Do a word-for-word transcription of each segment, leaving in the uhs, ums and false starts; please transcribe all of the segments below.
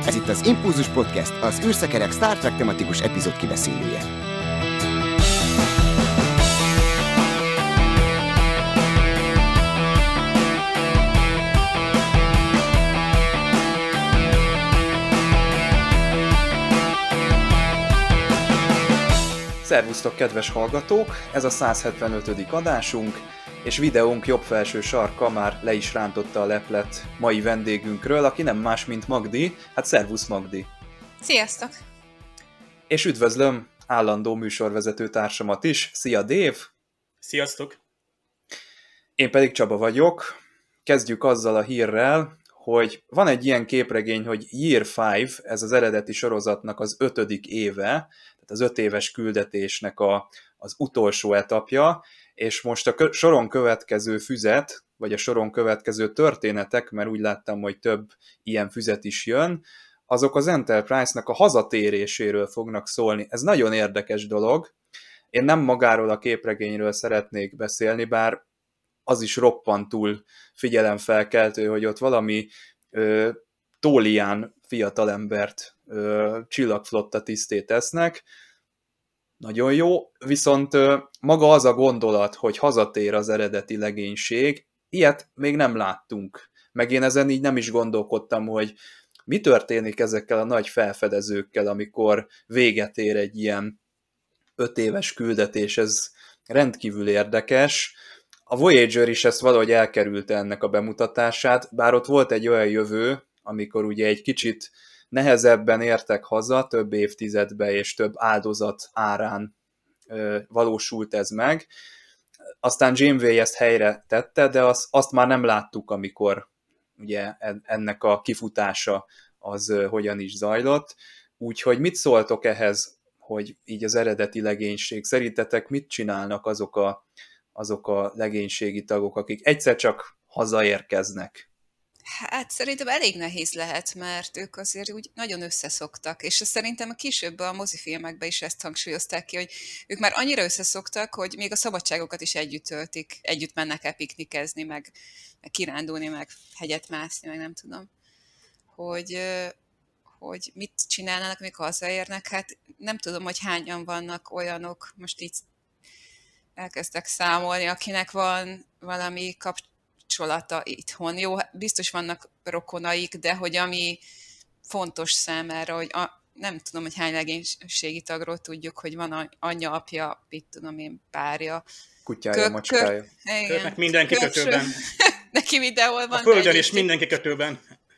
Ez itt az Impulzus Podcast, az űrszekerek Star Trek tematikus epizód kibeszélője. Szervusztok, kedves hallgatók! Ez a száz hetvenötödik adásunk, és videónk jobb felső sarka már le is rántotta a leplet mai vendégünkről, aki nem más, mint Magdi. Hát szervusz, Magdi! Sziasztok! És üdvözlöm állandó műsorvezető társamat is. Szia, Dave! Sziasztok! Én pedig Csaba vagyok. Kezdjük azzal a hírrel, hogy van egy ilyen képregény, hogy Year öt, ez az eredeti sorozatnak az ötödik éve, tehát az öt éves küldetésnek a, az utolsó etapja, és most a soron következő füzet, vagy a soron következő történetek, mert úgy láttam, hogy több ilyen füzet is jön, azok az Enterprise-nak a hazatéréséről fognak szólni. Ez nagyon érdekes dolog. Én nem magáról a képregényről szeretnék beszélni, bár az is roppantul figyelemfelkeltő, hogy ott valami ö, Tólián fiatalembert ö, csillagflotta tisztét tesznek. Nagyon jó, viszont ö, maga az a gondolat, hogy hazatér az eredeti legénység, ilyet még nem láttunk. Meg én ezen így nem is gondolkodtam, hogy mi történik ezekkel a nagy felfedezőkkel, amikor véget ér egy ilyen öt éves küldetés, ez rendkívül érdekes. A Voyager is ezt valahogy elkerülte ennek a bemutatását, bár ott volt egy olyan jövő, amikor ugye egy kicsit nehezebben értek haza, több évtizedbe és több áldozat árán ö, valósult ez meg. Aztán Janeway ezt helyre tette, de az, azt már nem láttuk, amikor ugye ennek a kifutása az ö, hogyan is zajlott. Úgyhogy mit szóltok ehhez, hogy így az eredeti legénység? Szerintetek mit csinálnak azok a azok a legénységi tagok, akik egyszer csak hazaérkeznek? Hát szerintem elég nehéz lehet, mert ők azért úgy nagyon összeszoktak, és szerintem később a mozifilmekben is ezt hangsúlyozták ki, hogy ők már annyira összeszoktak, hogy még a szabadságokat is együtt töltik, együtt mennek el piknikezni, meg, meg kirándulni, meg hegyet mászni, meg nem tudom. Hogy, hogy mit csinálnának, amikor hazaérnek, hát nem tudom, hogy hányan vannak olyanok, most így elkezdtek számolni, akinek van valami kapcsolata itthon. Jó, biztos vannak rokonaik, de hogy ami fontos számára, hogy a, nem tudom, hogy hány legénységi tagról tudjuk, hogy van anyja, apja, mit tudom én, párja. Kutyája, macskája. Körnek minden kikötőben. Neki mindenhol van. A földön is minden kikötőben.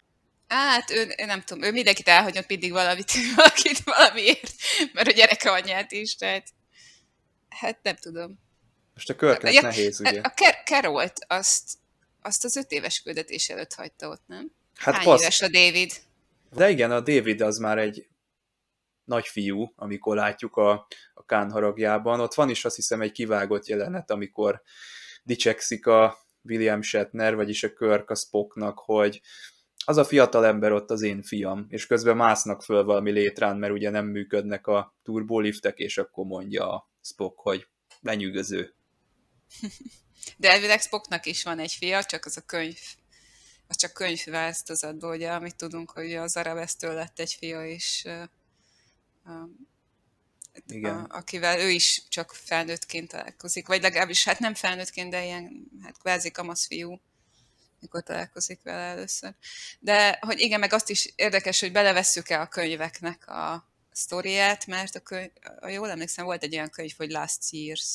Hát ő, nem tudom, ő mindenkit elhagyott mindig valamit, valakit valamiért, mert a gyereke anyját is, tehát hát nem tudom. Most a Kirknek ja, nehéz, ugye? A Ker- Carolt azt, azt az öt éves küldetés előtt hagyta ott, nem? Hát hány passz. éves a David? De igen, a David az már egy nagy fiú, amikor látjuk a, a Khan haragjában. Ott van is azt hiszem egy kivágott jelenet, amikor dicsekszik a William Shatner, vagyis a Kirk a Spocknak, hogy az a fiatal ember ott az én fiam, és közben másznak föl valami létrán, mert ugye nem működnek a turboliftek, és akkor mondja a Spock, hogy lenyűgöző. De elvileg Spocknak is van egy fia, csak az a könyv, az csak könyvváltozatból, ugye, amit tudunk, hogy az Arabesztől lett egy fia, és uh, Igen. A, akivel ő is csak felnőttként találkozik, vagy legalábbis hát nem felnőttként, de ilyen hát kvázi kamasz fiú, mikor találkozik vele először. De hogy igen, meg azt is érdekes, hogy belevesszük-e a könyveknek a sztoriát, mert a könyv, jól emlékszem, volt egy olyan könyv, hogy Last Years.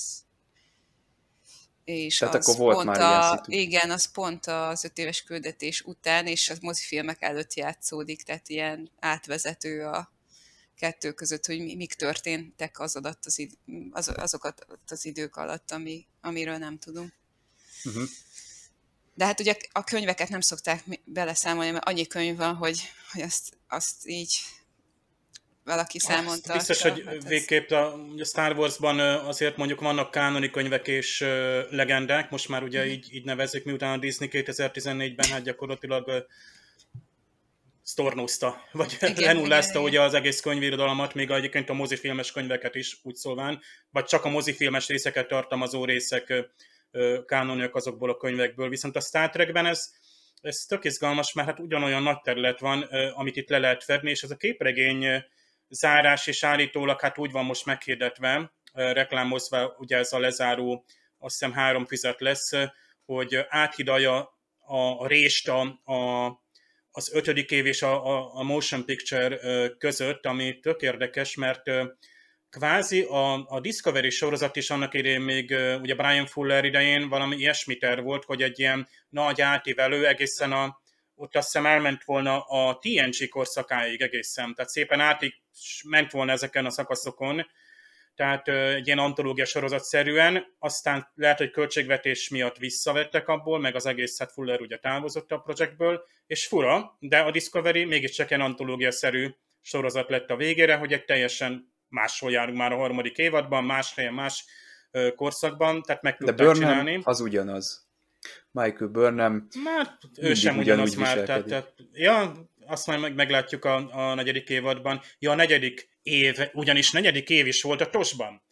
És tehát az akkor volt pont már a, ilyen szitu. igen, az pont az öt éves küldetés után, és a mozifilmek előtt játszódik, tehát ilyen átvezető a kettő között, hogy mi, mik történtek az adat az id, az, azokat az idők alatt, ami, amiről nem tudunk. Uh-huh. De hát ugye a könyveket nem szokták beleszámolni, mert annyi könyv van, hogy, hogy azt, azt így valaki számon tartja. Biztos, hogy hát végképp a, a Star Warsban azért mondjuk vannak kánoni könyvek és uh, legendák, most már ugye mm. így, így nevezzük, miután a Disney kétezer-tizennégyben hát gyakorlatilag uh, sztornózta, vagy lenullázta ugye az egész könyvirodalmat, még egyébként a mozifilmes könyveket is úgy szólván, vagy csak a mozifilmes részeket tartalmazó részek uh, kánoniak azokból a könyvekből. Viszont a Star Trekben ez ez tök izgalmas, mert hát ugyanolyan nagy terület van, amit itt le lehet fedni, és ez a képregény zárás és állítólag hát úgy van most meghirdetve, reklámozva, ugye ez a lezáró, azt hiszem három fizet lesz, hogy áthidalja a rést a, a, az ötödik év és a, a, a motion picture között, ami tök érdekes, mert kvázi a, a Discovery sorozat is annak idején még ugye Brian Fuller idején valami ilyesmi terv volt, hogy egy ilyen nagy átívelő egészen a, ott azt hiszem elment volna a té en gé korszakáig egészen, tehát szépen átig ment volna ezeken a szakaszokon, tehát egy ilyen antológia sorozatszerűen, aztán lehet, hogy költségvetés miatt visszavettek abból, meg az egész, hát Fuller ugye távozott a projektből, és fura, de a Discovery mégiscsak ilyen antológia-szerű sorozat lett a végére, hogy egy teljesen máshol járunk már a harmadik évadban, más helyen, más korszakban, tehát meg tudták de csinálni. Burnham az ugyanaz. Michael Burnham Már ő sem ugyanaz már. Tehát, tehát, ja, azt majd meg, meglátjuk a, a negyedik évadban. Ja, a negyedik év, ugyanis negyedik év is volt a tosban.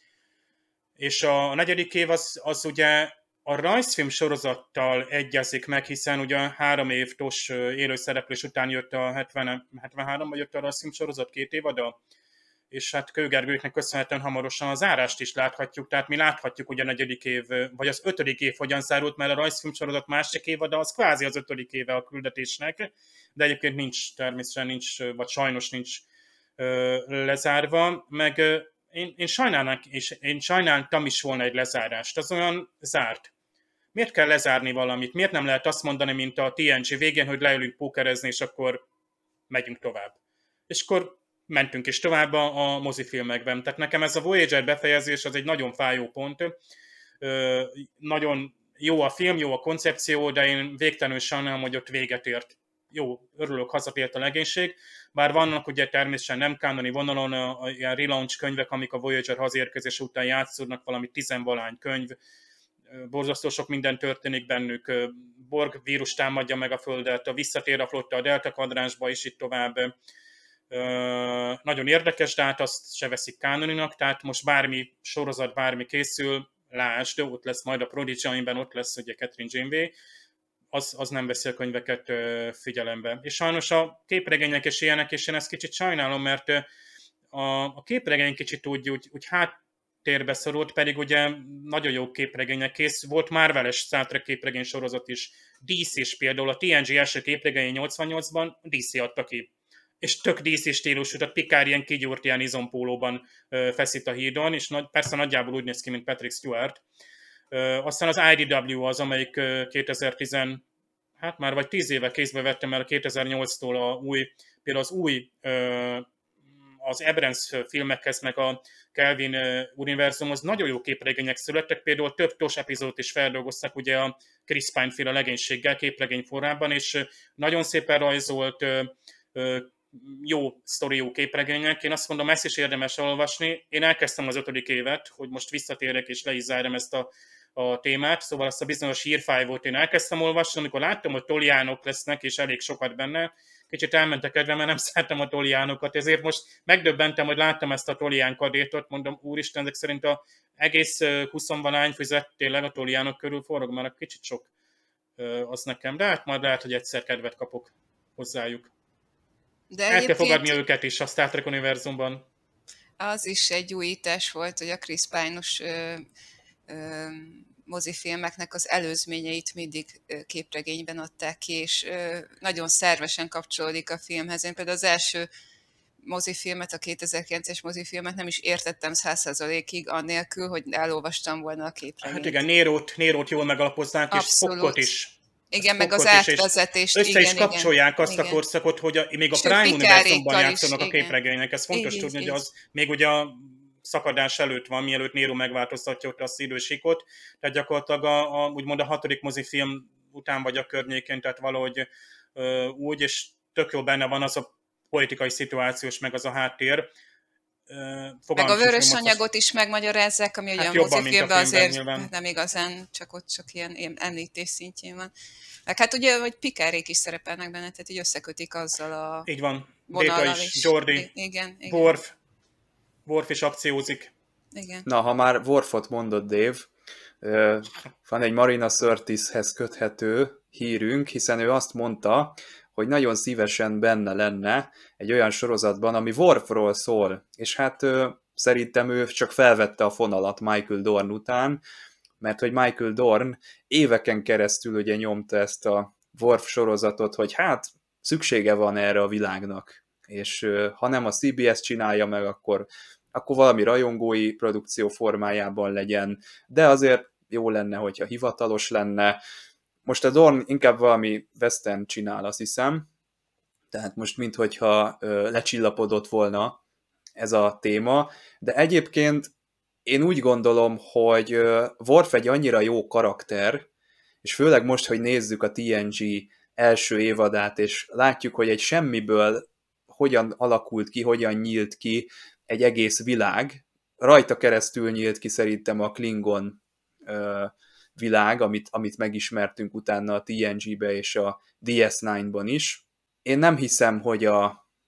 És a, a negyedik év az, az ugye a rajzfilm sorozattal egyezik meg, hiszen ugye három év tos élőszereplés után jött a hetven, hetvenháromban jött a rajzfilm sorozat két évada, és hát Kőgergőknek köszönhetően hamarosan a zárást is láthatjuk, tehát mi láthatjuk ugye a negyedik év, vagy az ötödik év hogyan zárult, mert a rajzfilm sorozat másik évada, az kvázi az ötödik éve a küldetésnek, de egyébként nincs, természetesen nincs, vagy sajnos nincs ö, lezárva, meg ö, én, én sajnálnám, és én sajnáltam is volna egy lezárást, az olyan zárt. Miért kell lezárni valamit? Miért nem lehet azt mondani, mint a té en gé végén, hogy leülünk pókerezni, és akkor megyünk tovább. És akkor mentünk is tovább a, a mozifilmekben. Tehát nekem ez a Voyager befejezés az egy nagyon fájó pont. Ö, nagyon jó a film, jó a koncepció, de én végtelenül sajnálom, hogy ott véget ért. Jó, örülök, hazatért a legénység. Bár vannak ugye természetesen nem kánoni vonalon a, a, ilyen relaunch könyvek, amik a Voyager hazérkezés után játszódnak, valami tizenvalány könyv. Borzasztó sok minden történik bennük. Borg vírus támadja meg a Földet, a visszatér a flotta a Delta kvadránsba, és itt tovább. Uh, nagyon érdekes, de hát azt se veszik kánoninak, tehát most bármi sorozat, bármi készül, lásd, ott lesz majd a Prodigy, amiben ott lesz ugye Catherine Janeway, az, az nem veszi a könyveket uh, figyelembe. És sajnos a képregények és ilyenek, és én ezt kicsit sajnálom, mert uh, a, a képregény kicsit úgy, úgy, úgy háttérbe szorult, pedig ugye nagyon jó képregények kész. Volt Marvel-es Star Trek képregény sorozat is, dé cé-s például, a té en gé első képregény nyolcvannyolcban dé cé adta ki. És tök dé cé stílusú, tehát Picard ilyen kigyúrt ilyen izompólóban ö, feszít a hídon, és nagy, persze nagyjából úgy néz ki, mint Patrick Stewart. Ö, aztán az i dé dupla vé az, amelyik ö, kétezer-tíz, hát már vagy tíz éve kézbe vettem el, kétezer-nyolctól a új, például az új ö, az Abrams filmekhez, meg a Kelvin univerzumhoz nagyon jó képregények születtek, például több tos epizódot is feldolgoztak ugye a Chris Pine-féle legénységgel képregény formában, és nagyon szépen rajzolt, ö, ö, jó sztori, jó képregények. Én azt mondom, ezt is érdemes olvasni. Én elkezdtem az ötödik évet, hogy most visszatérek és le is zárjam ezt a, a témát, szóval azt a bizonyos írfájvot én elkezdtem olvasni, amikor láttam, hogy toliánok lesznek, és elég sokat benne, kicsit elment a kedvem, mert nem szeretem a toliánokat, ezért most megdöbbentem, hogy láttam ezt a tolián kadétot, mondom, úristen, ezek szerint a egész huszonvalány fizet tényleg a toliánok körül forog, mert kicsit sok az nekem, de hát majd lehet, hogy egyszer kedvet kapok hozzájuk. De el kell fogadni őket is a Star Trek univerzumban. Az is egy újítás volt, hogy a Chris Pine-os ö, ö, mozifilmeknek az előzményeit mindig ö, képregényben adták ki, és ö, nagyon szervesen kapcsolódik a filmhez. Én például az első mozifilmet, a kétezer-kilences mozifilmet nem is értettem száz százalékig, annélkül, hogy elolvastam volna a képregényt. Hát igen, Nérót, Nérót jól megalapoznánk, és Spockot is. Igen, meg az átvezetést. Össze igen, is kapcsolják igen, azt igen. a korszakot, hogy a, még a Prime univerzumban játszanak a képregények. Ez fontos így, tudni, így. hogy az még ugye a szakadás előtt van, mielőtt Nero megváltoztatja ott azt idősíkot. Tehát gyakorlatilag a, a, úgymond a hatodik mozifilm után vagy a környékén, tehát valahogy ö, úgy, és tök jó benne van az a politikai szituációs, meg az a háttér. Meg a vörös anyagot is megmagyarázzák, ami ugye hát a mozifilmben azért nyilván. Nem igazán, csak ott csak ilyen említés szintjén van. Meg hát ugye, hogy Picardék is szerepelnek benne, tehát így összekötik azzal a így van, Data is, is. Jordi, igen, igen. Worf, Worf is akciózik. Igen. Na, ha már Worfot mondott, Dave, van egy Marina Sirtishez köthető hírünk, hiszen ő azt mondta, hogy nagyon szívesen benne lenne egy olyan sorozatban, ami Worfról szól, és hát szerintem ő csak felvette a fonalat Michael Dorn után, mert hogy Michael Dorn éveken keresztül ugye nyomta ezt a Worf sorozatot, hogy hát szüksége van erre a világnak, és ha nem a cé bé es csinálja meg, akkor, akkor valami rajongói produkció formájában legyen, de azért jó lenne, hogyha hivatalos lenne. Most a Dorn inkább valami western csinál, azt hiszem, tehát most minthogyha lecsillapodott volna ez a téma, de egyébként én úgy gondolom, hogy Worf egy annyira jó karakter, és főleg most, hogy nézzük a té en gé első évadát, és látjuk, hogy egy semmiből hogyan alakult ki, hogyan nyílt ki egy egész világ, rajta keresztül nyílt ki szerintem a Klingon ö, világ, amit, amit megismertünk utána a té en gé-be és a dé es kilencban is. Én nem hiszem, hogy a,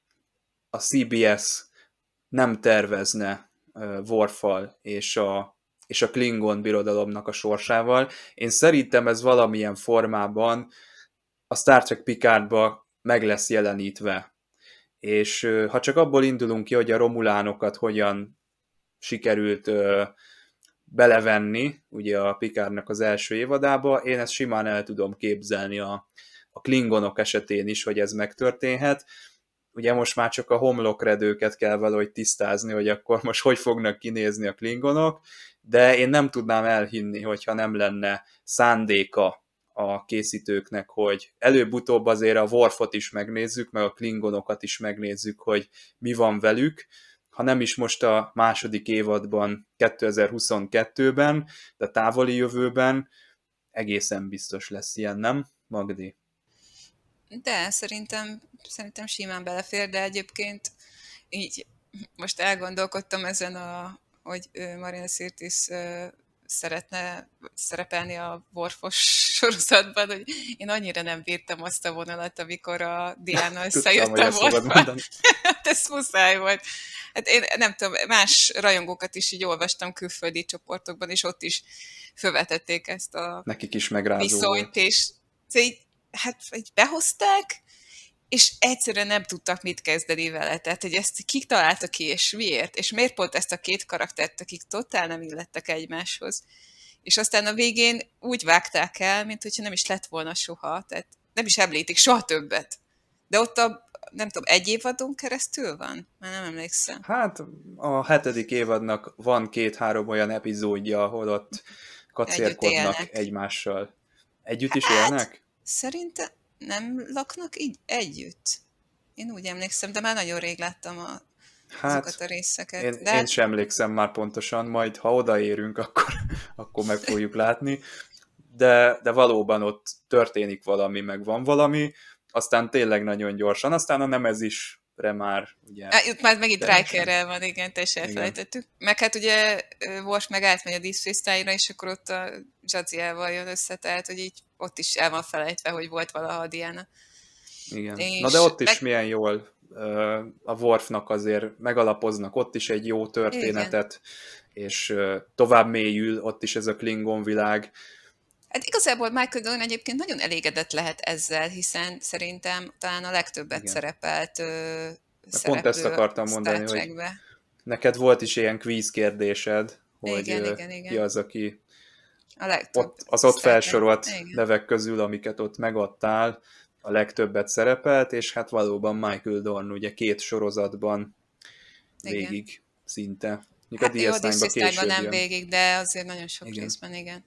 a cé bé es nem tervezne uh, Worffal és a, és a Klingon birodalomnak a sorsával. Én szerintem ez valamilyen formában a Star Trek Picardba meg lesz jelenítve. És uh, ha csak abból indulunk ki, hogy a romulánokat hogyan sikerült uh, belevenni, ugye a Picardnak az első évadába, én ezt simán el tudom képzelni a, a Klingonok esetén is, hogy ez megtörténhet. Ugye most már csak a homlokredőket kell valahogy tisztázni, hogy akkor most hogy fognak kinézni a Klingonok, de én nem tudnám elhinni, hogyha nem lenne szándéka a készítőknek, hogy előbb-utóbb azért a Worfot is megnézzük, meg a Klingonokat is megnézzük, hogy mi van velük, ha nem is most a második évadban, kétezer-huszonkettőben, de a távoli jövőben egészen biztos lesz ilyen, nem, Magdi? De szerintem, szerintem simán belefér, de egyébként így most elgondolkodtam ezen, a, hogy Marina Sirtis szeretne szerepelni a Worfos sorozatban, hogy én annyira nem bírtam azt a vonalat, amikor a Diana összejött a Worffal. Hát ez muszáj volt. Hát én nem tudom, más rajongókat is így olvastam külföldi csoportokban, és ott is fölvetették ezt a nekik is megrázó viszonyt, volt. És így, hát így behozták, és egyszerűen nem tudtak mit kezdeni vele. Tehát, hogy ezt kik találta ki, és miért? És miért pont ezt a két karaktert, akik totál nem illettek egymáshoz? És aztán a végén úgy vágták el, mint hogyha nem is lett volna soha. Tehát nem is említik soha többet. De ott a, nem tudom, egy évadon keresztül van? Már nem emlékszem. Hát a hetedik évadnak van két-három olyan epizódja, ahol ott kacérkodnak egymással. Együtt is hát, élnek? Szerintem nem laknak így együtt. Én úgy emlékszem, de már nagyon rég láttam a, hát, azokat a részeket. Én, de... én sem emlékszem már pontosan, majd ha odaérünk, akkor, akkor meg fogjuk látni. De, de valóban ott történik valami, meg van valami, aztán tényleg nagyon gyorsan, aztán a Nemez is már ugye... Á, itt már megint Rikerrel van, igen, te is elfelejtettük. Meg hát ugye Worf meg átmegy a Deep Space Nine-ra, és akkor ott a Jadzia-val jön össze, tehát hogy így ott is el van felejtve, hogy volt valaha a Diana. Igen. És na de ott is meg... milyen jól a Worfnak azért megalapoznak ott is egy jó történetet, igen. És tovább mélyül ott is ez a Klingon világ. Hát igazából Michael Dorn egyébként nagyon elégedett lehet ezzel, hiszen szerintem talán a legtöbbet igen. szerepelt ö, pont ezt akartam mondani, hogy neked volt is ilyen kvíz kérdésed, hogy igen, ö, igen, igen. ki az, aki a ott, az ott felsorolt nevek közül, amiket ott megadtál, a legtöbbet szerepelt, és hát valóban Michael Dorn ugye két sorozatban igen. végig szinte. Még hát a jó, a Deep Space Nine-ban nem jön. Végig, de azért nagyon sok igen. részben, igen.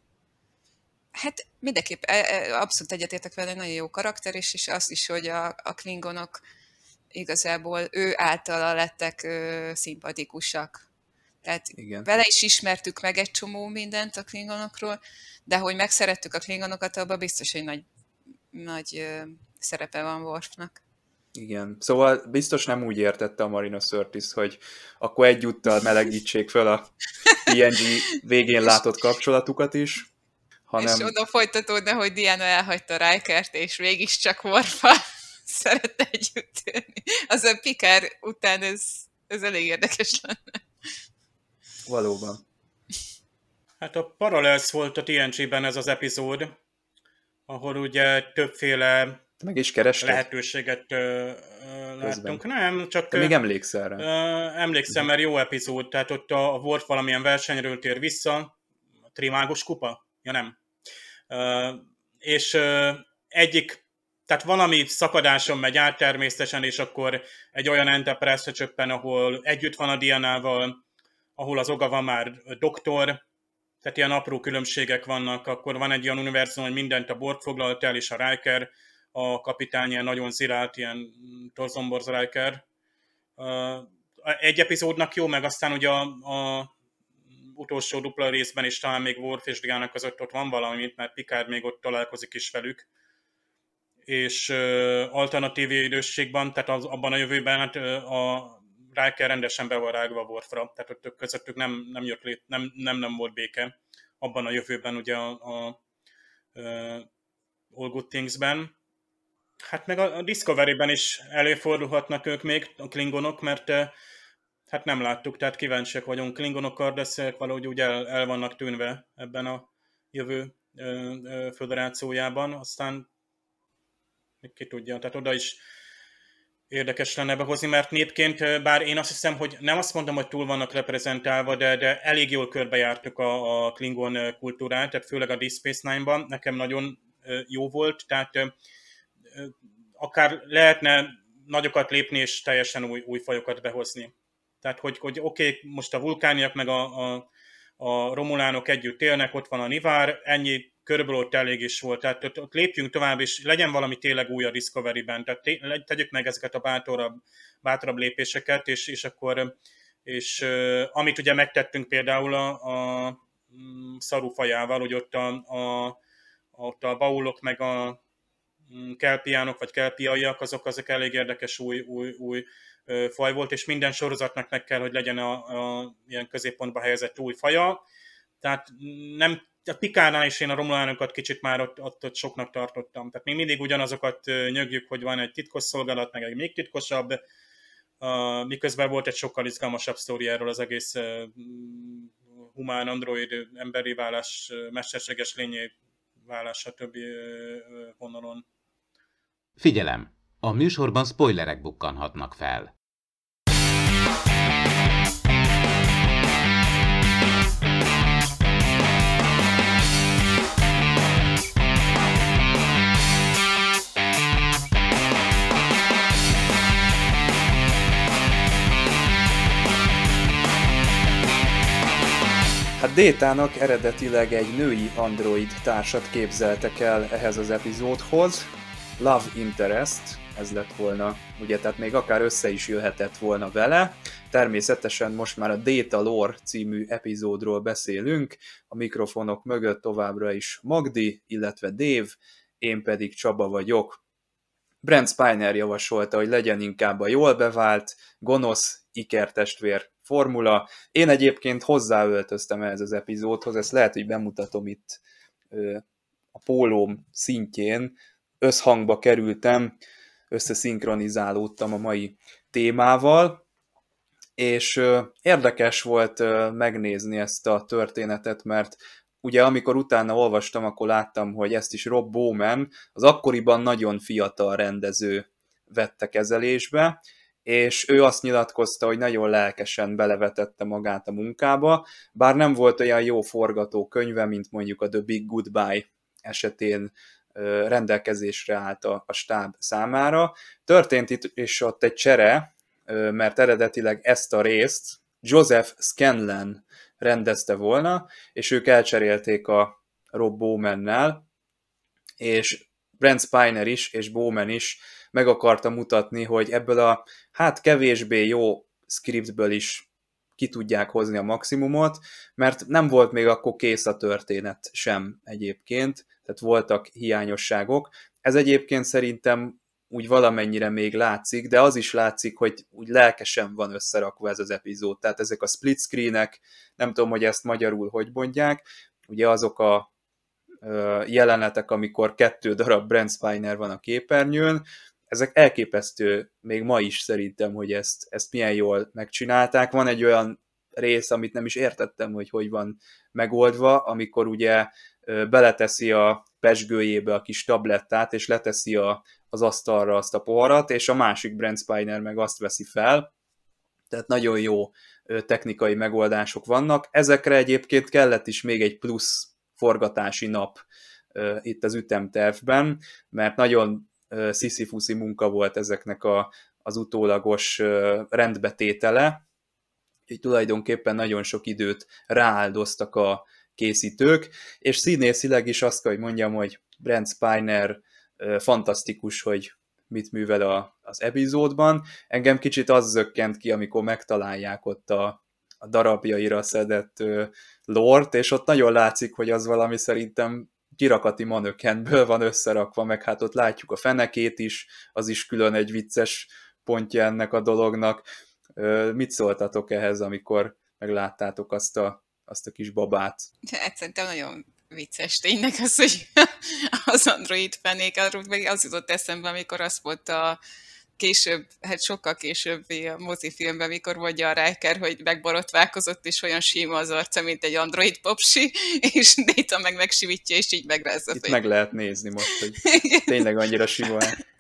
Hát mindenképp abszolút egyetértek vele, nagyon jó karakter, és, és azt is, hogy a, a Klingonok igazából ő általa lettek ö, szimpatikusak. Tehát igen. vele is ismertük meg egy csomó mindent a Klingonokról, de hogy megszerettük a Klingonokat, abban biztos, hogy nagy, nagy ö, szerepe van Worfnak. Igen, szóval biztos nem úgy értette a Marina Sirtis, hogy akkor egyúttal melegítsék fel a té en gé végén látott kapcsolatukat is, hanem... És oda folytatódna, hogy Diana elhagyta Rikert, és mégiscsak Worffal szeretne együtt élni. Az a Picard után ez, ez elég érdekes lenne. Valóban. Hát a Parallels volt a té en gé-ben ez az epizód, ahol ugye többféle meg is kerested? lehetőséget ö, ö, láttunk. Nem, csak... Te még emlékszel rá? Ö, emlékszem, mert jó epizód, tehát ott a, a Worf valamilyen versenyről tér vissza, a Trimágos kupa? Ja nem. Ö, és ö, egyik, tehát valami szakadáson megy át természetesen, és akkor egy olyan Enterprise-re csöppen, ahol együtt van a Dianával, ahol az Ogawa már doktor, tehát ilyen apró különbségek vannak, akkor van egy olyan univerzum, hogy mindent a Borg foglalt el, és a Riker, a kapitány ilyen nagyon zirált, ilyen Torzomborz Riker. Egy epizódnak jó, meg aztán ugye a, a utolsó dupla részben is talán még Worf és Diana között ott van valami, mert Picard még ott találkozik is velük. És alternatív idősségben, tehát az, abban a jövőben hát, a Riker rendesen be van rágva Worfra, tehát ott közöttük nem, nem jött lét, nem, nem, nem volt béke. Abban a jövőben ugye a, a, a All Good Things-ben. Hát meg a, a Discovery-ben is előfordulhatnak ők még, a klingonok, mert hát nem láttuk, tehát kíváncsiak vagyunk. Klingonok, kardeszek valahogy úgy el, el vannak tűnve ebben a jövő ö, ö, föderációjában, aztán ki tudja, tehát oda is érdekes lenne behozni, mert népként, bár én azt hiszem, hogy nem azt mondom, hogy túl vannak reprezentálva, de, de elég jól körbejártuk a, a Klingon kultúrát, tehát főleg a Deep Space Nine-ban, nekem nagyon jó volt, tehát akár lehetne nagyokat lépni, és teljesen új, új fajokat behozni. Tehát, hogy, hogy oké, okay, most a vulkániak meg a, a, a romulánok együtt élnek, ott van a Nivár, ennyi körülbelül ott elég is volt. Tehát ott, ott lépjünk tovább, és legyen valami tényleg új a Discovery-ben. Tehát té- tegyük meg ezeket a bátorabb, bátorabb lépéseket, és, és akkor, és uh, amit ugye megtettünk például a, a Saru fajával, hogy ott a, a, ott a baulok meg a kelpiánok, vagy kelpiaiak, azok, azok elég érdekes új, új, új faj volt, és minden sorozatnak meg kell, hogy legyen a, a ilyen középpontba helyezett új faja. Tehát nem, a Picardnál is én a romulánokat kicsit már ott, ott, ott soknak tartottam. Tehát mi mindig ugyanazokat nyögjük, hogy van egy titkos szolgálat, meg egy még titkosabb, uh, miközben volt egy sokkal izgalmasabb sztori erről az egész uh, humán, android, emberi válás, mesterséges lényé válás, stb. Vonalon. Figyelem! A műsorban spoilerek bukkanhatnak fel. Hát Détának eredetileg egy női android társat képzeltek el ehhez az epizódhoz, Love Interest, ez lett volna, ugye, tehát még akár össze is jöhetett volna vele. Természetesen most már a Data Lore című epizódról beszélünk, a mikrofonok mögött továbbra is Magdi, illetve Dave, én pedig Csaba vagyok. Brent Spiner javasolta, hogy legyen inkább a jól bevált, gonosz ikertestvér formula. Én egyébként hozzáöltöztem ehhez az epizódhoz, ezt lehet, hogy bemutatom itt ö, a pólóm szintjén, összhangba kerültem, összeszinkronizálódtam a mai témával, és ö, érdekes volt ö, megnézni ezt a történetet, mert ugye amikor utána olvastam, akkor láttam, hogy ezt is Rob Bowman, az akkoriban nagyon fiatal rendező vette kezelésbe, és ő azt nyilatkozta, hogy nagyon lelkesen belevetette magát a munkába, bár nem volt olyan jó forgatókönyve, mint mondjuk a The Big Goodbye esetén rendelkezésre állt a, a stáb számára. Történt itt és ott egy csere, mert eredetileg ezt a részt Joseph Scanlan rendezte volna, és ők elcserélték a Rob Bowmannel, és Brent Spiner is, és Bowman is meg akarta mutatni, hogy ebből a hát kevésbé jó scriptből is ki tudják hozni a maximumot, mert nem volt még akkor kész a történet sem egyébként, tehát voltak hiányosságok. Ez egyébként szerintem úgy valamennyire még látszik, de az is látszik, hogy úgy lelkesen van összerakva ez az epizód. Tehát ezek a split screenek, nem tudom, hogy ezt magyarul hogy mondják, ugye azok a jelenetek, amikor kettő darab Brent Spiner van a képernyőn, ezek elképesztő még ma is szerintem, hogy ezt, ezt milyen jól megcsinálták. Van egy olyan rész, amit nem is értettem, hogy hogy van megoldva, amikor ugye beleteszi a pezsgőjébe a kis tablettát, és leteszi a, az asztalra azt a poharat, és a másik Brent Spiner meg azt veszi fel. Tehát nagyon jó technikai megoldások vannak. Ezekre egyébként kellett is még egy plusz forgatási nap itt az ütemtervben, mert nagyon sziszifuszi munka volt ezeknek a, az utólagos rendbetétele, így tulajdonképpen nagyon sok időt rááldoztak a készítők, és színészileg is azt kell, hogy mondjam, hogy Brent Spiner fantasztikus, hogy mit művel a, az epizódban. Engem kicsit az zökkent ki, amikor megtalálják ott a, a darabjaira szedett uh, lort, és ott nagyon látszik, hogy az valami szerintem kirakati manökenből van összerakva, meg hát ott látjuk a fenekét is, az is külön egy vicces pontja ennek a dolognak. Uh, mit szóltatok ehhez, amikor megláttátok azt a, azt a kis babát? Hát szerintem nagyon vicces tényleg az, hogy az android fenék, arról meg az jutott eszembe, amikor azt mondta később, hát sokkal később a mozifilmben, mikor mondja a Riker, hogy megborotválkozott, és olyan sima az arca, mint egy android popsi, és Data meg megsivítja, és így megrázza. Itt meg lehet nézni most, hogy tényleg annyira sima.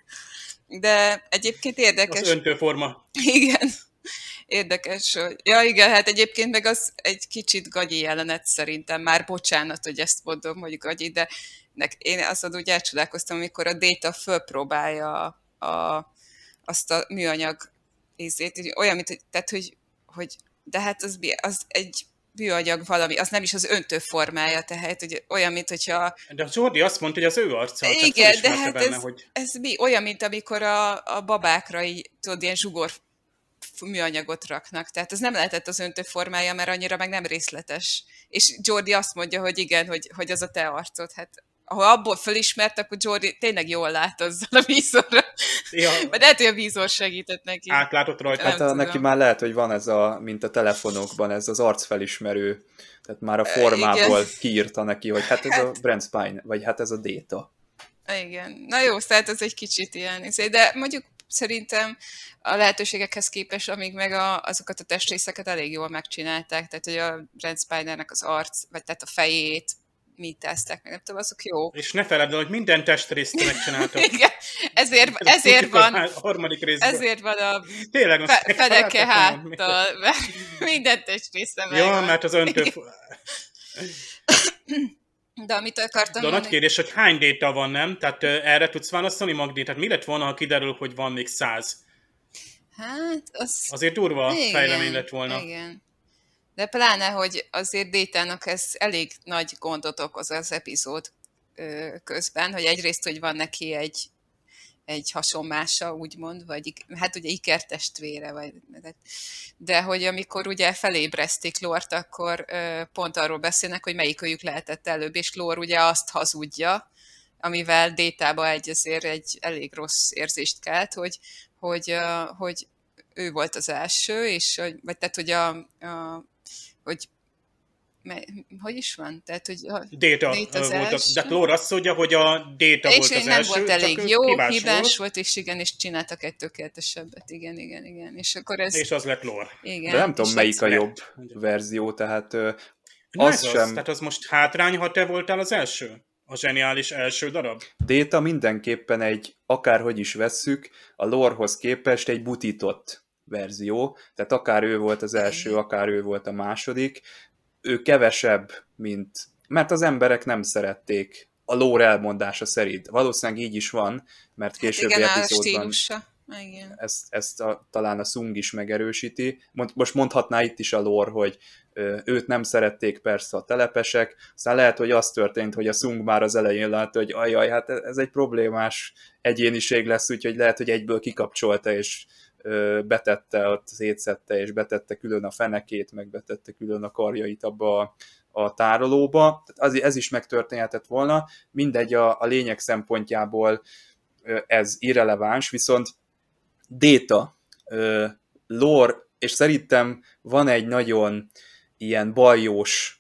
De egyébként érdekes. Az öntőforma. Igen. Érdekes, hogy... Ja igen, hát egyébként meg az egy kicsit gagyi jelenet szerintem, már bocsánat, hogy ezt mondom, hogy gagyi, de én azon úgy elcsodálkoztam, amikor a Data fölpróbálja a, azt a műanyag ízét, olyan, mint, tehát, hogy, hogy de hát az, az egy műanyag valami, az nem is az öntő formája, tehát hogy olyan, mint hogyha... De a Jordi azt mondta, hogy az ő arca. Igen, de hát benne, ez, hogy... ez mi? Olyan, mint amikor a, a babákra így, tudod, ilyen zsugor műanyagot raknak. Tehát ez nem lehetett az öntő formája, mert annyira meg nem részletes. És Jordi azt mondja, hogy igen, hogy, hogy az a te arcod. Hát ha abból fölismert, akkor Jordi tényleg jól lát azzal a vízorra. Ja. Mert lehet, hogy a vízor segített neki. Átlátott rajta. Hát a, neki már lehet, hogy van ez a, mint a telefonokban, ez az arcfelismerő. Tehát már a formából igen. Kiírta neki, hogy hát ez hát... a Brent Spiner, vagy hát ez a Data. Igen. Na jó, tehát ez egy kicsit ilyen. De mondjuk szerintem a lehetőségekhez képest, amíg meg a, azokat a testrészeket elég jól megcsinálták, tehát hogy a Brent Spinernek az arc, vagy tehát a fejét mítázták, meg nem tudom, azok jó. És ne feledd el, hogy minden testrészt megcsináltak. Igen, ezért, ezért van a harmadik részben. Ezért van a Tényleg, fe, fedeke háttal, mert minden testrészre meg Jó, van. mert az öntő... De amit akartam De a mondani... nagy kérdés, hogy hány Data van, nem? Tehát uh, erre tudsz válaszolni, Magdi? Tehát mi lett volna, ha kiderül, hogy van még száz? Hát, az... Azért durva igen, fejlemény lett volna. Igen. De pláne, hogy azért Data-nak ez elég nagy gondot okoz az epizód közben, hogy egyrészt, hogy van neki egy, egy hasonmása, úgymond, vagy hát ugye ikertestvére, vagy, de hogy amikor ugye felébresztik Lort, akkor pont arról beszélnek, hogy melyikőjük lehetett előbb, és Lor ugye azt hazudja, amivel Data-ba egy azért egy elég rossz érzést kelt, hogy, hogy, hogy ő volt az első, és vagy tehát, hogy a, a hogy hogy is van? Tehát, hogy a Data, Data volt az, de Lor azt mondja, hogy a Data és volt az nem első. volt elég jó, hibás, hibás volt. volt, és igen, és csináltak egy tökéletesebbet, igen, igen, igen. És akkor ez... És az lett Lor. Igen. De nem tudom, melyik a jobb verzió, tehát az az sem... Az, tehát az most hátrány, ha te voltál az első? A zseniális első darab? Data mindenképpen egy, akárhogy is vesszük, a Lorhoz képest egy butított verzió, tehát akár ő volt az első, akár ő volt a második, ő kevesebb, mint... Mert az emberek nem szerették a lore elmondása szerint. Valószínűleg így is van, mert későbbi hát epizódban ezt, ezt a, talán a Sung is megerősíti. Most mondhatná itt is a lore, hogy őt nem szerették persze a telepesek, aztán lehet, hogy az történt, hogy a Sung már az elején látta, hogy ajaj, hát ez egy problémás egyéniség lesz, úgyhogy lehet, hogy egyből kikapcsolta, és betette, ott szétszette, és betette külön a fenekét, meg betette külön a karjait abba a, a tárolóba. Az, ez is megtörténhetett volna. Mindegy, a, a lényeg szempontjából ez irreleváns, viszont Data, lore, és szerintem van egy nagyon ilyen bajós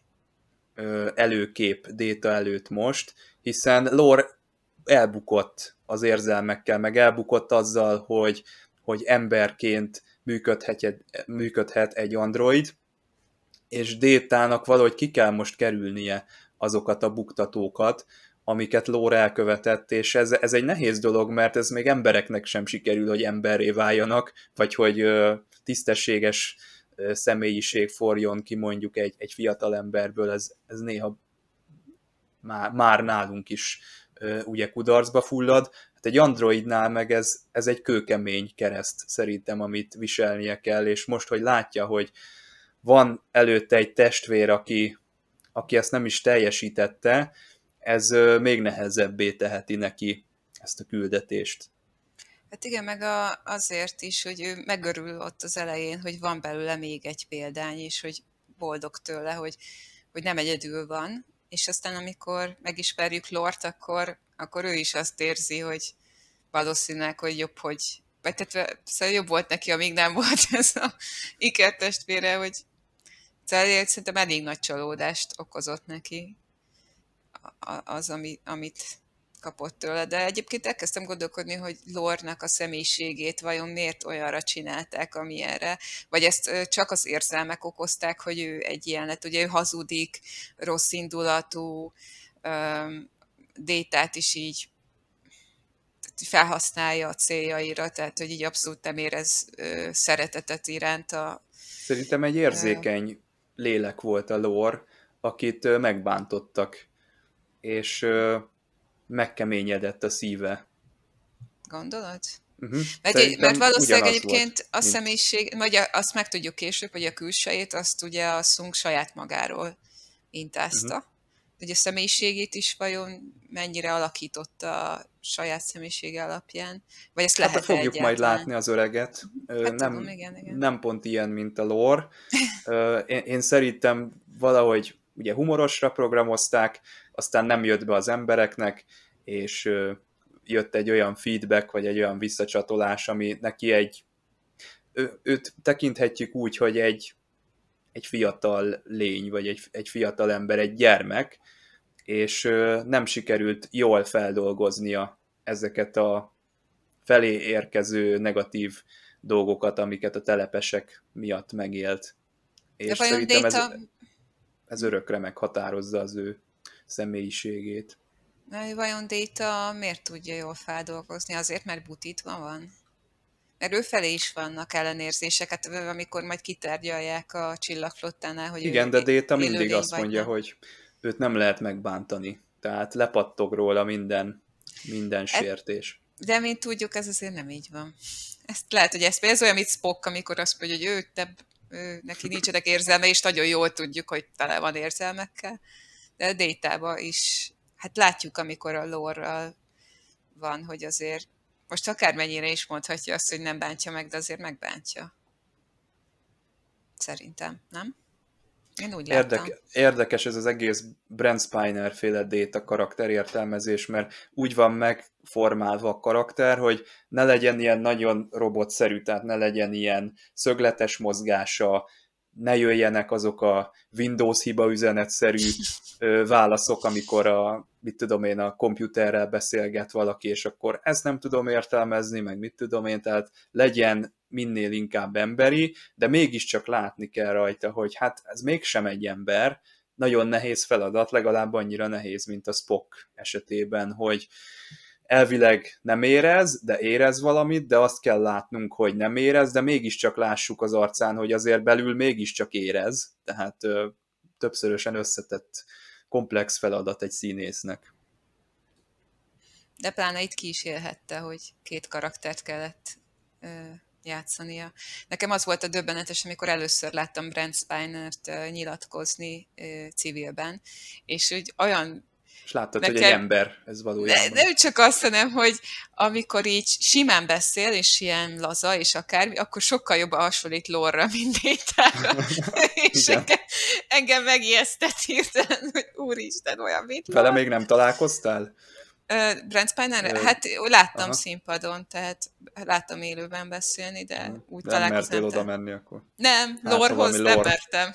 előkép Data előtt most, hiszen lore elbukott az érzelmekkel, meg elbukott azzal, hogy hogy emberként működhet, működhet egy android, és Détának valahogy ki kell most kerülnie azokat a buktatókat, amiket Lore elkövetett, és ez, ez egy nehéz dolog, mert ez még embereknek sem sikerül, hogy emberré váljanak, vagy hogy ö, tisztességes ö, személyiség forjon ki mondjuk egy, egy fiatal emberből, ez, ez néha már, már nálunk is ö, ugye kudarcba fullad. Hát egy androidnál meg ez, ez egy kőkemény kereszt szerintem, amit viselnie kell, és most, hogy látja, hogy van előtte egy testvér, aki, aki ezt nem is teljesítette, ez még nehezebbé teheti neki ezt a küldetést. Hát igen, meg a, azért is, hogy ő megörül ott az elején, hogy van belőle még egy példány, és hogy boldog tőle, hogy, hogy nem egyedül van, és aztán amikor megismerjük Lort, akkor, akkor ő is azt érzi, hogy valószínűleg, hogy jobb, hogy vagy tehát szóval jobb volt neki, amíg nem volt ez a ikertestvére, hogy szóval szerintem elég nagy csalódást okozott neki az, ami, amit kapott tőle. De egyébként elkezdtem gondolkodni, hogy Lore-nak a személyiségét vajon miért olyanra csinálták, amilyenre, vagy ezt csak az érzelmek okozták, hogy ő egy ilyen lett. Ugye ő hazudik, rossz indulatú, Détát is így felhasználja a céljaira, tehát hogy így abszolút nem érez szeretetet iránta. Szerintem egy érzékeny lélek volt a Lore, akit megbántottak, és megkeményedett a szíve. Gondolod? Uh-huh. Mert, mert valószínűleg egyébként volt, a személyiség, vagy azt meg tudjuk később, hogy a külsejét, azt ugye a Szung saját magáról intázta. Uh-huh. Hogy a személyiségét is vajon mennyire alakította a saját személyisége alapján? Vagy ezt lehet hát fogjuk egyáltalán? majd látni az öreget. Hát nem, tudom, igen, igen. nem pont ilyen, mint a Lore. én, én szerintem valahogy ugye humorosra programozták, aztán nem jött be az embereknek, és jött egy olyan feedback, vagy egy olyan visszacsatolás, ami neki egy, ő, őt tekinthetjük úgy, hogy egy, egy fiatal lény, vagy egy, egy fiatal ember, egy gyermek, és nem sikerült jól feldolgoznia ezeket a felé érkező negatív dolgokat, amiket a telepesek miatt megélt. És szerintem Déta... ez, ez örökre meghatározza az ő személyiségét. Na, vajon Déta miért tudja jól feldolgozni? Azért, mert butítva van? Mert ő felé is vannak ellenérzések, hát amikor majd kitárgyalják a csillagflottánál, hogy igen, ő de Déta mindig azt mondja, nem. hogy őt nem lehet megbántani. Tehát lepattog róla minden, minden sértés. De mint tudjuk, ez azért nem így van. Ezt lehet, hogy ez, ez olyan, mint Spock, amikor azt mondja, hogy ő, te, ő neki nincsenek érzelme, és nagyon jól tudjuk, hogy tele van érzelmekkel. De a Détában is, hát látjuk, amikor a Lore-ral van, hogy azért most akármennyire is mondhatja azt, hogy nem bántja meg, de azért megbántja. Szerintem, nem? Én úgy láttam. Érdek, érdekes ez az egész Brent Spiner féle Déta karakterértelmezés, mert úgy van megformálva a karakter, hogy ne legyen ilyen nagyon robotszerű, tehát ne legyen ilyen szögletes mozgása, ne jöjjenek azok a Windows hiba üzenetszerű válaszok, amikor a, mit tudom én, a komputerrel beszélget valaki, és akkor ezt nem tudom értelmezni, meg mit tudom én, tehát legyen minél inkább emberi, de mégiscsak látni kell rajta, hogy hát ez mégsem egy ember, nagyon nehéz feladat, legalább annyira nehéz, mint a Spock esetében, hogy elvileg nem érez, de érez valamit, de azt kell látnunk, hogy nem érez, de mégiscsak lássuk az arcán, hogy azért belül mégiscsak érez, tehát ö, többszörösen összetett komplex feladat egy színésznek. De pláne itt ki is élhette, hogy két karaktert kellett ö, játszania. Nekem az volt a döbbenetes, amikor először láttam Brent Spinert ö, nyilatkozni ö, civilben, és úgy olyan és láttad, nekem, hogy egy ember ez valójában. De, nem csak azt, hanem, hogy amikor így simán beszél, és ilyen laza, és akármi, akkor sokkal jobban hasonlít Lore-ra, mint Détára. És engem, engem megijesztett hirtelen, hogy úristen, olyan, mint Lore. Vele még nem találkoztál? Uh, Brent Spiner? Uh, hát láttam aha. színpadon, tehát láttam élőben beszélni, de uh, úgy nem találkoztam. Nem mertél oda menni akkor? Nem, hát, Lore-hoz nem Lore. mertem.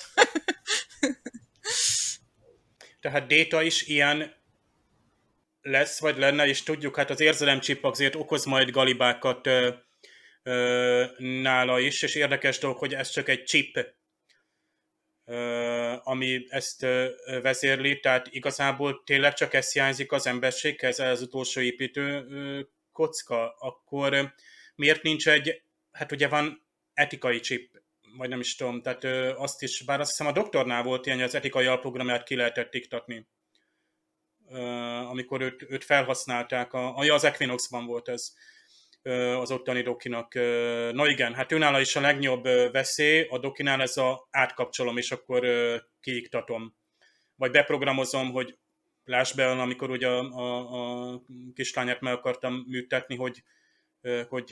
Tehát Déta is ilyen lesz, vagy lenne, és tudjuk, hát az érzelemcsip azért okoz majd galibákat ö, ö, nála is, és érdekes dolog, hogy ez csak egy chip, ami ezt vezérli, tehát igazából tényleg csak ez hiányzik az emberséghez, az utolsó építő kocka, akkor miért nincs egy, hát ugye van etikai chip, vagy nem is tudom, tehát azt is, bár azt hiszem a doktornál volt ilyen, hogy az etikai alprogramját ki lehetett iktatni, amikor őt, őt felhasználták, a, az Equinoxban volt ez, az ottani dokinak. Na igen, hát őnála is a legnagyobb veszély, a dokinál ez a átkapcsolom, és akkor kiiktatom. Vagy beprogramozom, hogy láss be, amikor ugye a, a, a kislányát meg akartam műtetni, hogy, hogy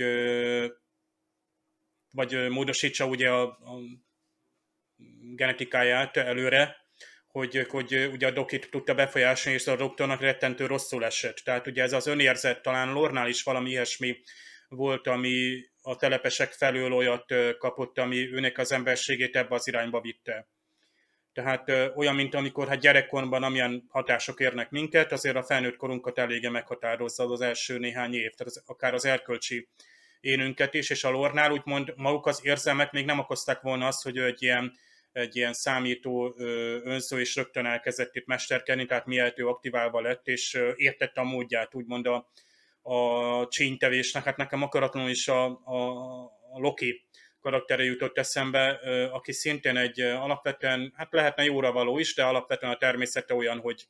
vagy módosítsa ugye a, a genetikáját előre, hogy, hogy ugye a dokit tudta befolyásolni, és a doktornak rettentő rosszul esett. Tehát ugye ez az önérzet, talán Lornál is valami ilyesmi volt, ami a telepesek felől olyat kapott, ami őnek az emberségét ebbe az irányba vitte. Tehát olyan, mint amikor hát gyerekkorban amilyen hatások érnek minket, azért a felnőtt korunkat eléggé meghatározza az első néhány év, tehát az, akár az erkölcsi énünket is, és a Lornál úgymond maguk az érzelmek még nem okozták volna azt, hogy ő egy ilyen, egy ilyen számító önző, és rögtön elkezdett itt mesterkedni, tehát miért ő aktiválva lett, és értette a módját, úgymond a, a csínytevésnek. Hát nekem akaratlanul is a, a, a Loki karaktere jutott eszembe, aki szintén egy alapvetően, hát lehetne jóra való is, de alapvetően a természete olyan, hogy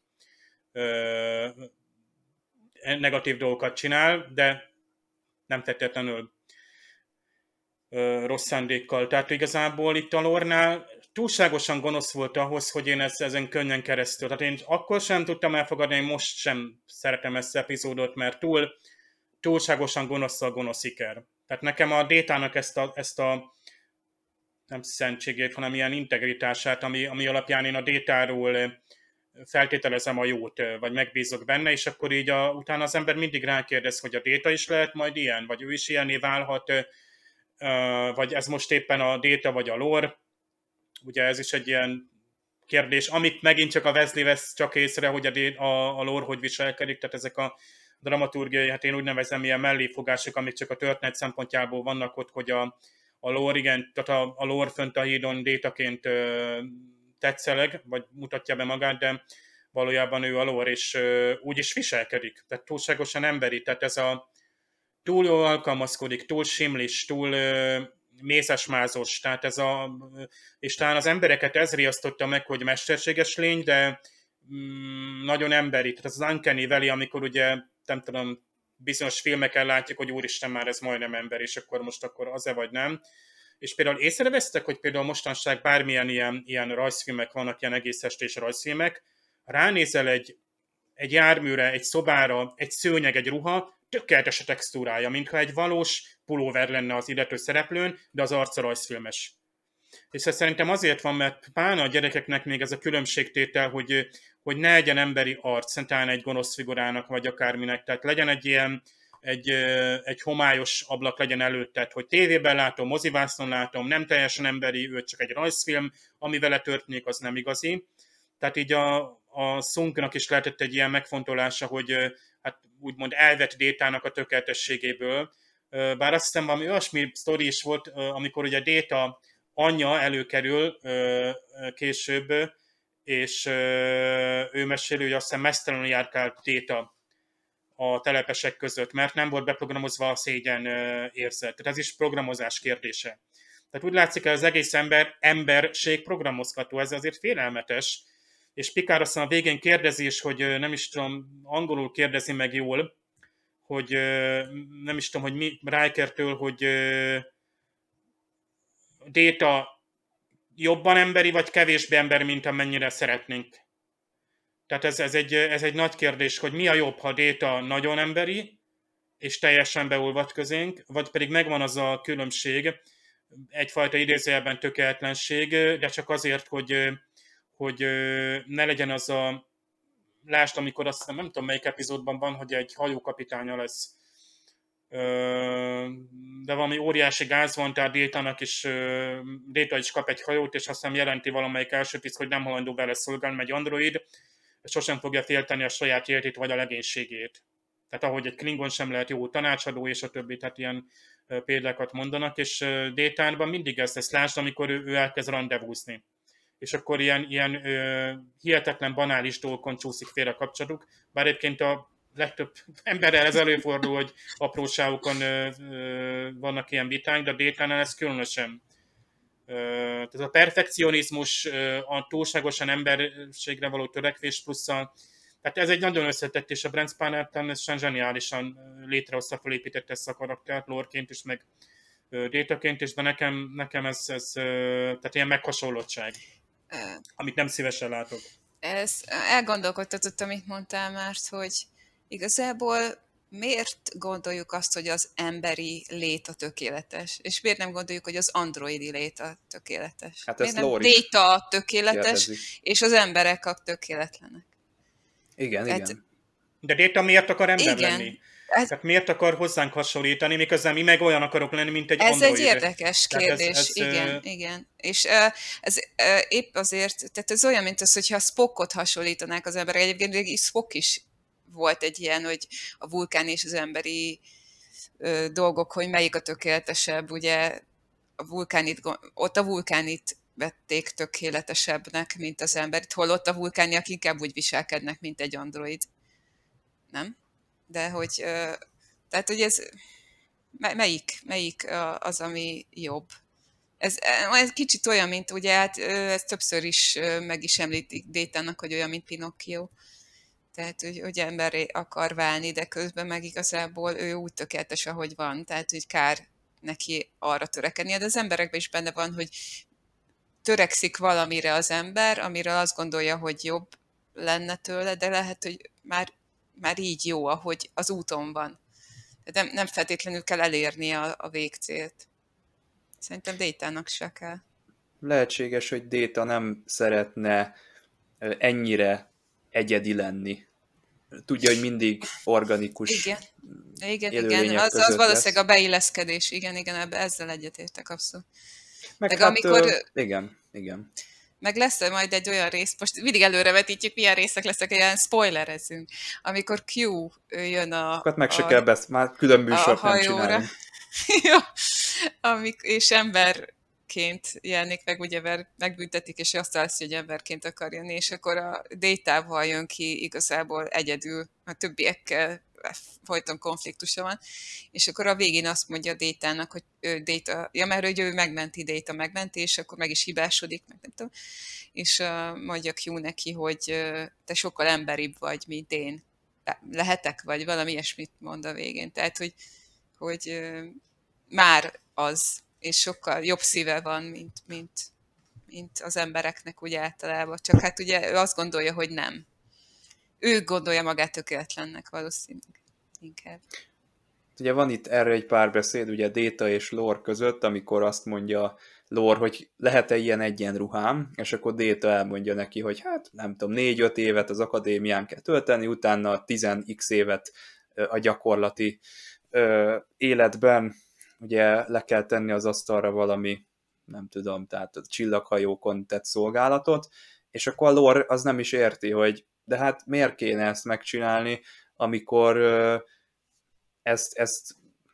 negatív dolgokat csinál, de nem feltétlenül rossz szándékkal. Tehát igazából itt a Lornál túlságosan gonosz volt ahhoz, hogy én ezt, ezen könnyen keresztül. Tehát én akkor sem tudtam elfogadni, én most sem szeretem ezt az epizódot, mert túl, túlságosan gonosz a gonosz iker. Tehát nekem a Détának ezt a, ezt a nem szentségét, hanem ilyen integritását, ami, ami alapján én a Détáról feltételezem a jót, vagy megbízok benne, és akkor így a, utána az ember mindig rákérdez, hogy a Déta is lehet majd ilyen, vagy ő is ilyenné válhat, vagy ez most éppen a Déta vagy a lore. Ugye ez is egy ilyen kérdés, amit megint csak a Wesley vesz csak észre, hogy a, Déta, a, a lore hogy viselkedik, tehát ezek a dramaturgiai, hát én úgy nevezem ilyen melléfogások, amik csak a történet szempontjából vannak ott, hogy a, a lore, igen, tehát a, a lore fönt a hídon Détaként tetszeleg, vagy mutatja be magát, de valójában ő a lore, és úgy is viselkedik, tehát túlságosan emberi, tehát ez a túl jól alkalmazkodik, túl simlis, túl uh, mészesmázos, tehát ez a, és talán az embereket ez riasztotta meg, hogy mesterséges lény, de mm, nagyon emberi, tehát az Uncanny Valley, amikor ugye, nem tudom, bizonyos filmeken látjuk, hogy úristen, már ez majdnem ember, és akkor most akkor az-e vagy nem. És például észrevesztek, hogy például mostanság bármilyen ilyen, ilyen rajzfilmek vannak, ilyen egész estés rajzfilmek, ránézel egy, egy járműre, egy szobára, egy szőnyeg, egy ruha, tökéletes a textúrája, mintha egy valós pulóver lenne az illető szereplőn, de az arca rajzfilmes. És ez szerintem azért van, mert pláne a gyerekeknek még ez a különbségtétel, hogy, hogy ne legyen emberi arc, szentán egy gonosz figurának, vagy akárminek, tehát legyen egy ilyen, egy, egy homályos ablak legyen előtted, hogy tévében látom, mozivászon látom, nem teljesen emberi, ő csak egy rajzfilm, ami vele történik, az nem igazi. Tehát így a, a Sungnak is lehetett egy ilyen megfontolása, hogy hát úgymond elvett Détának a tökéletességéből. Bár azt hiszem, valami olyasmi sztori is volt, amikor ugye Déta anyja előkerül később, és ő meséli, hogy azt hiszem mesztelenül járkált Déta a telepesek között, mert nem volt beprogramozva a szégyen érzet. Tehát ez is programozás kérdése. Tehát úgy látszik, hogy az egész ember, emberség programozható, ez azért félelmetes, és Picard aztán a végén kérdezi is, hogy nem is tudom, angolul kérdezi meg jól, hogy nem is tudom, hogy mi, Rikertől, hogy Déta jobban emberi, vagy kevésbé emberi, mint amennyire szeretnénk. Tehát ez, ez, egy, ez egy nagy kérdés, hogy mi a jobb, ha Déta nagyon emberi, és teljesen beolvad közénk, vagy pedig megvan az a különbség, egyfajta idézőjelben tökéletlenség, de csak azért, hogy, hogy ne legyen az a lásd, amikor azt nem tudom melyik epizódban van, hogy egy hajókapitánya lesz, de valami óriási gáz van, tehát Détának is, Déta is kap egy hajót, és aztán jelenti valamelyik első tiszt, hogy nem hajlandó vele szolgálni, egy android, sosem fogja félteni a saját életét, vagy a legénységét. Tehát ahogy egy Klingon sem lehet jó tanácsadó, és a többi, tehát ilyen példákat mondanak, és Détánban mindig ezt, ezt lásd, amikor ő, ő elkezd rendezvúzni. és akkor ilyen, ilyen ö, hihetetlen banális dolgokon csúszik félre a kapcsolatuk, bár egyébként a legtöbb emberrel ez előfordul, hogy apróságokon ö, ö, vannak ilyen vitáink, de a Détánál ez különösen. Ö, tehát a perfekcionizmus, ö, a túlságosan emberségre való törekvés plusz a, tehát ez egy nagyon összetett, és a Brent Spiner természetesen zseniálisan létrehozta, felépítette ezt a karaktert, lore-ként is, meg Détaként is, de nekem, nekem ez, ez tehát ilyen meghasonlottság, amit nem szívesen látok. Ez elgondolkodtatott, amit mondtál, mert hogy igazából miért gondoljuk azt, hogy az emberi lét a tökéletes, és miért nem gondoljuk, hogy az androidi lét a tökéletes? Hát miért nem Data a tökéletes, kérdezik. És az emberek a tökéletlenek? Igen, Tehát, igen. De Data miért akar ember igen. lenni? Ez, Tehát miért akar hozzánk hasonlítani, miközben mi meg olyan akarok lenni, mint egy ez android? Ez egy érdekes kérdés, ez, ez, igen, uh... igen. És uh, ez uh, épp azért, tehát ez olyan, mint az, hogyha Spockot hasonlítanák az emberek. Egyébként Spock is volt egy ilyen, hogy a vulkán és az emberi uh, dolgok, hogy melyik a tökéletesebb, ugye a vulkánit, ott a vulkánit vették tökéletesebbnek, mint az embert, holott a vulkániak inkább úgy viselkednek, mint egy android. Nem? De hogy, tehát, hogy ez melyik, melyik az, ami jobb? Ez, ez kicsit olyan, mint ugye, hát ez többször is meg is említik Détának, hogy olyan, mint Pinocchio. Tehát, hogy, hogy emberré akar válni, de közben meg igazából ő úgy tökéletes, ahogy van. Tehát, hogy kár neki arra törekednie. De az emberekben is benne van, hogy törekszik valamire az ember, amiről azt gondolja, hogy jobb lenne tőle, de lehet, hogy már már így jó, ahogy az úton van. De nem, nem feltétlenül kell elérni a, a végcélt. Szerintem Détának se kell. Lehetséges, hogy Data nem szeretne ennyire egyedi lenni. Tudja, hogy mindig organikus igen. Igen, igen. Az, az valószínűleg a beilleszkedés. Igen, igen, ebbe ezzel egyetértek abszolút. Meg, Meg hát, amikor... Igen, igen. Meg lesz majd egy olyan rész, most mindig előrevetítjük, milyen részek lesznek, ilyen spoilerezünk, amikor Q jön a... Akkor meg se a, kell besz... már külön műsort nem csinálunk. Jó, amik, és emberként jelenik meg, ugye mert megbüntetik, és azt állsz, hogy emberként akar jönni, és akkor a Détával jön ki igazából egyedül, a többiekkel folyton konfliktusa van, és akkor a végén azt mondja Détának, hogy ő Data, ja, mert hogy ő megmenti, Data megmenti, és akkor meg is hibásodik, meg nem tudom, és uh, mondja Q neki, hogy uh, te sokkal emberibb vagy, mint én. Lehetek, vagy valami ilyesmit mond a végén. Tehát, hogy, hogy uh, már az, és sokkal jobb szíve van, mint, mint, mint az embereknek úgy általában. Csak hát ugye ő azt gondolja, hogy nem. Ő gondolja magát tökéletlennek valószínűleg inkább. Ugye van itt erre egy párbeszéd, ugye Data és Lore között, amikor azt mondja Lore, hogy lehet-e ilyen egyenruhám, és akkor Data elmondja neki, hogy hát nem tudom, négy-öt évet az akadémián kell tölteni, utána tíz x évet a gyakorlati ö, életben, ugye le kell tenni az asztalra valami, nem tudom, tehát a csillaghajókon tett szolgálatot, és akkor a Lore az nem is érti, hogy de hát miért kéne ezt megcsinálni, amikor ö, ezt, ezt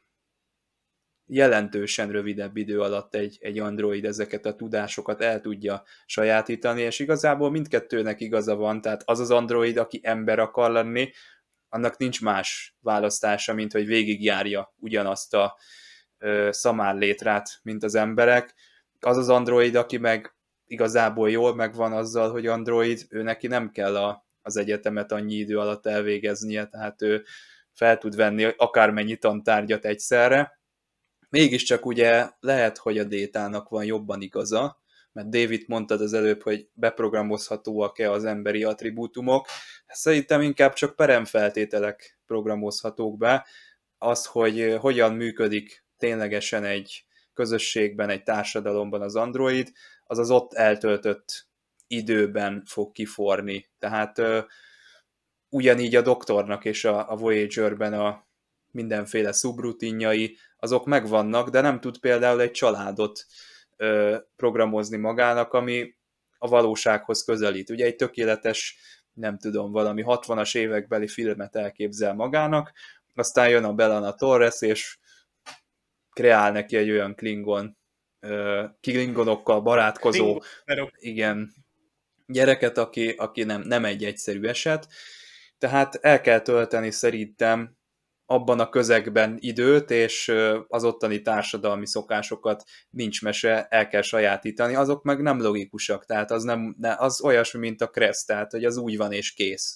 jelentősen rövidebb idő alatt egy, egy android ezeket a tudásokat el tudja sajátítani, és igazából mindkettőnek igaza van, tehát az az android, aki ember akar lenni, annak nincs más választása, mint hogy végigjárja ugyanazt a ö, szamárlétrát, mint az emberek. Az az android, aki meg igazából jól megvan azzal, hogy android, ő neki nem kell a, az egyetemet annyi idő alatt elvégeznie, tehát ő fel tud venni akármennyi tantárgyat egyszerre. Mégiscsak ugye lehet, hogy a Détának van jobban igaza, mert David mondtad az előbb, hogy beprogramozhatóak-e az emberi attribútumok. Szerintem inkább csak peremfeltételek programozhatók be. Az, hogy hogyan működik ténylegesen egy közösségben, egy társadalomban az android, az az ott eltöltött időben fog kiforni. Tehát ugyanígy a doktornak és a, a Voyager-ben a mindenféle szubrutinjai, azok megvannak, de nem tud például egy családot ö, programozni magának, ami a valósághoz közelít. Ugye egy tökéletes, nem tudom, valami hatvanas évekbeli filmet elképzel magának, aztán jön a Bellana Torres, és kreál neki egy olyan Klingon klingonokkal barátkozó igen, gyereket, aki, aki nem, nem egy egyszerű eset. Tehát el kell tölteni szerintem abban a közegben időt, és az ottani társadalmi szokásokat nincs mese, el kell sajátítani, azok meg nem logikusak, tehát az, nem, az olyasmi, mint a Kressz, tehát hogy az úgy van és kész.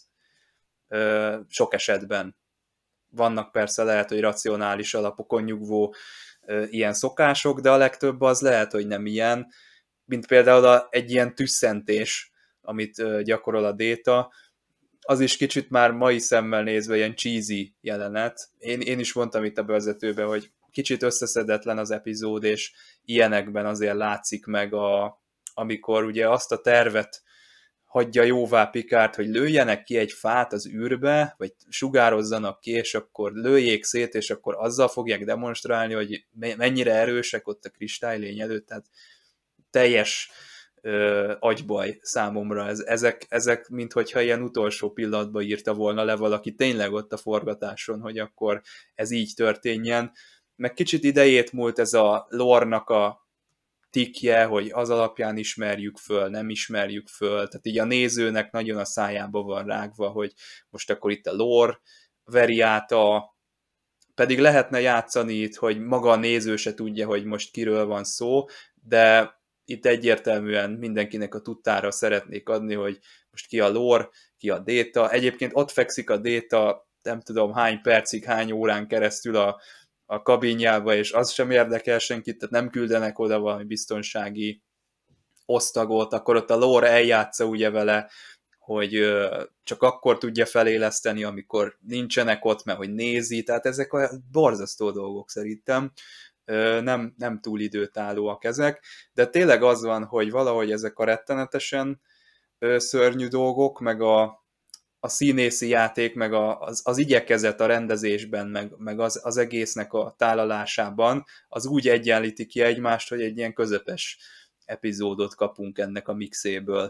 Sok esetben. Vannak persze lehet, hogy racionális alapokon nyugvó ilyen szokások, de a legtöbb az lehet, hogy nem ilyen, mint például egy ilyen tüsszentés, amit gyakorol a Déta, az is kicsit már mai szemmel nézve ilyen cheesy jelenet. Én, én is mondtam itt a bevezetőben, hogy kicsit összeszedetlen az epizód, és ilyenekben azért látszik meg, a, amikor ugye azt a tervet hagyja jóvá Picard, hogy lőjenek ki egy fát az űrbe, vagy sugározzanak ki, és akkor lőjék szét, és akkor azzal fogják demonstrálni, hogy mennyire erősek ott a kristálylény előtt, tehát teljes ö, agybaj számomra. Ez, ezek, ezek minthogyha ilyen utolsó pillanatban írta volna le valaki tényleg ott a forgatáson, hogy akkor ez így történjen. Meg kicsit idejét múlt ez a lore-nak a tikje, hogy az alapján ismerjük föl, nem ismerjük föl, tehát így a nézőnek nagyon a szájába van rágva, hogy most akkor itt a lore veri át a... pedig lehetne játszani itt, hogy maga a néző se tudja, hogy most kiről van szó, de itt egyértelműen mindenkinek a tudtára szeretnék adni, hogy most ki a lore, ki a Déta. Egyébként ott fekszik a Déta, nem tudom hány percig, hány órán keresztül a a kabinjába, és az sem érdekel senkit, tehát nem küldenek oda valami biztonsági osztagot, akkor ott a lore eljátsza ugye vele, hogy csak akkor tudja feléleszteni, amikor nincsenek ott, mert hogy nézi, tehát ezek a borzasztó dolgok szerintem, nem, nem túl időtállóak ezek, de tényleg az van, hogy valahogy ezek a rettenetesen szörnyű dolgok, meg a a színészi játék, meg a, az, az igyekezet a rendezésben, meg, meg az, az egésznek a tálalásában, az úgy egyenlíti ki egymást, hogy egy ilyen közepes epizódot kapunk ennek a mixéből.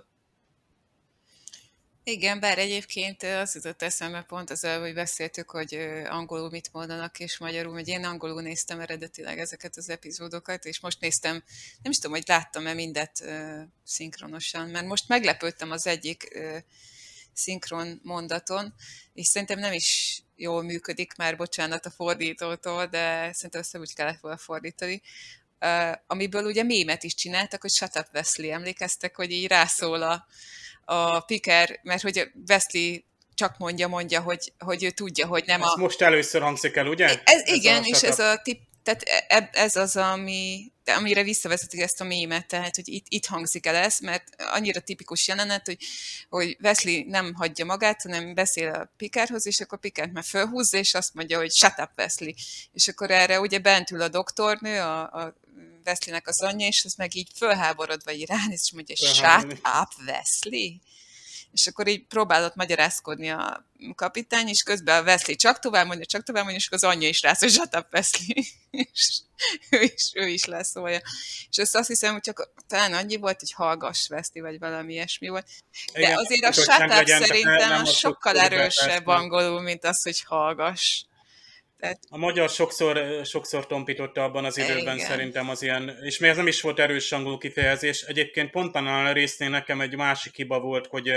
Igen, bár egyébként az jutott eszembe pont az előbb, hogy beszéltük, hogy angolul mit mondanak és magyarul, hogy én angolul néztem eredetileg ezeket az epizódokat, és most néztem, nem is tudom, hogy láttam-e mindet uh, szinkronosan, mert most meglepődtem az egyik uh, szinkron mondaton, és szerintem nem is jól működik, már bocsánat a fordítótól, de szerintem össze úgy kellett volna fordítani. Uh, amiből ugye mémet is csináltak, hogy Shut up, Wesley, emlékeztek, hogy így rászól a, a Picard, mert hogy Wesley csak mondja, mondja, hogy, hogy ő tudja, hogy nem ez a... Ez most először hangzik el, ugye? Ez, ez igen, és ez a tip, tehát ez az, ami, amire visszavezetik ezt a mémet, tehát, hogy itt, itt hangzik el ez, mert annyira tipikus jelenet, hogy, hogy Wesley nem hagyja magát, hanem beszél a Picardhoz, és akkor Picard már fölhúzza, és azt mondja, hogy shut up, Wesley. És akkor erre ugye bent ül a doktornő, a, a Wesleynek az anyja, és az meg így fölháborodva így ránéz, és mondja, shut up, Wesley. És akkor így próbálott magyarázkodni a kapitány, és közben a Wesley csak tovább mondja, csak tovább mondja, és akkor az anyja is rászól, hogy shut up, Wesley. És ő is, ő is leszólja. És ezt azt hiszem, hogy csak talán annyi volt, hogy hallgass, Wesley, vagy valami ilyesmi volt. De igen, azért a shut up legyen, szerintem sokkal erősebb angolul, mint az, hogy hallgass. Tehát... A magyar sokszor, sokszor tompította abban az időben, igen. Szerintem az ilyen, és még ez nem is volt erős angolul kifejezés. Egyébként pont annál a résznél nekem egy másik hiba volt, hogy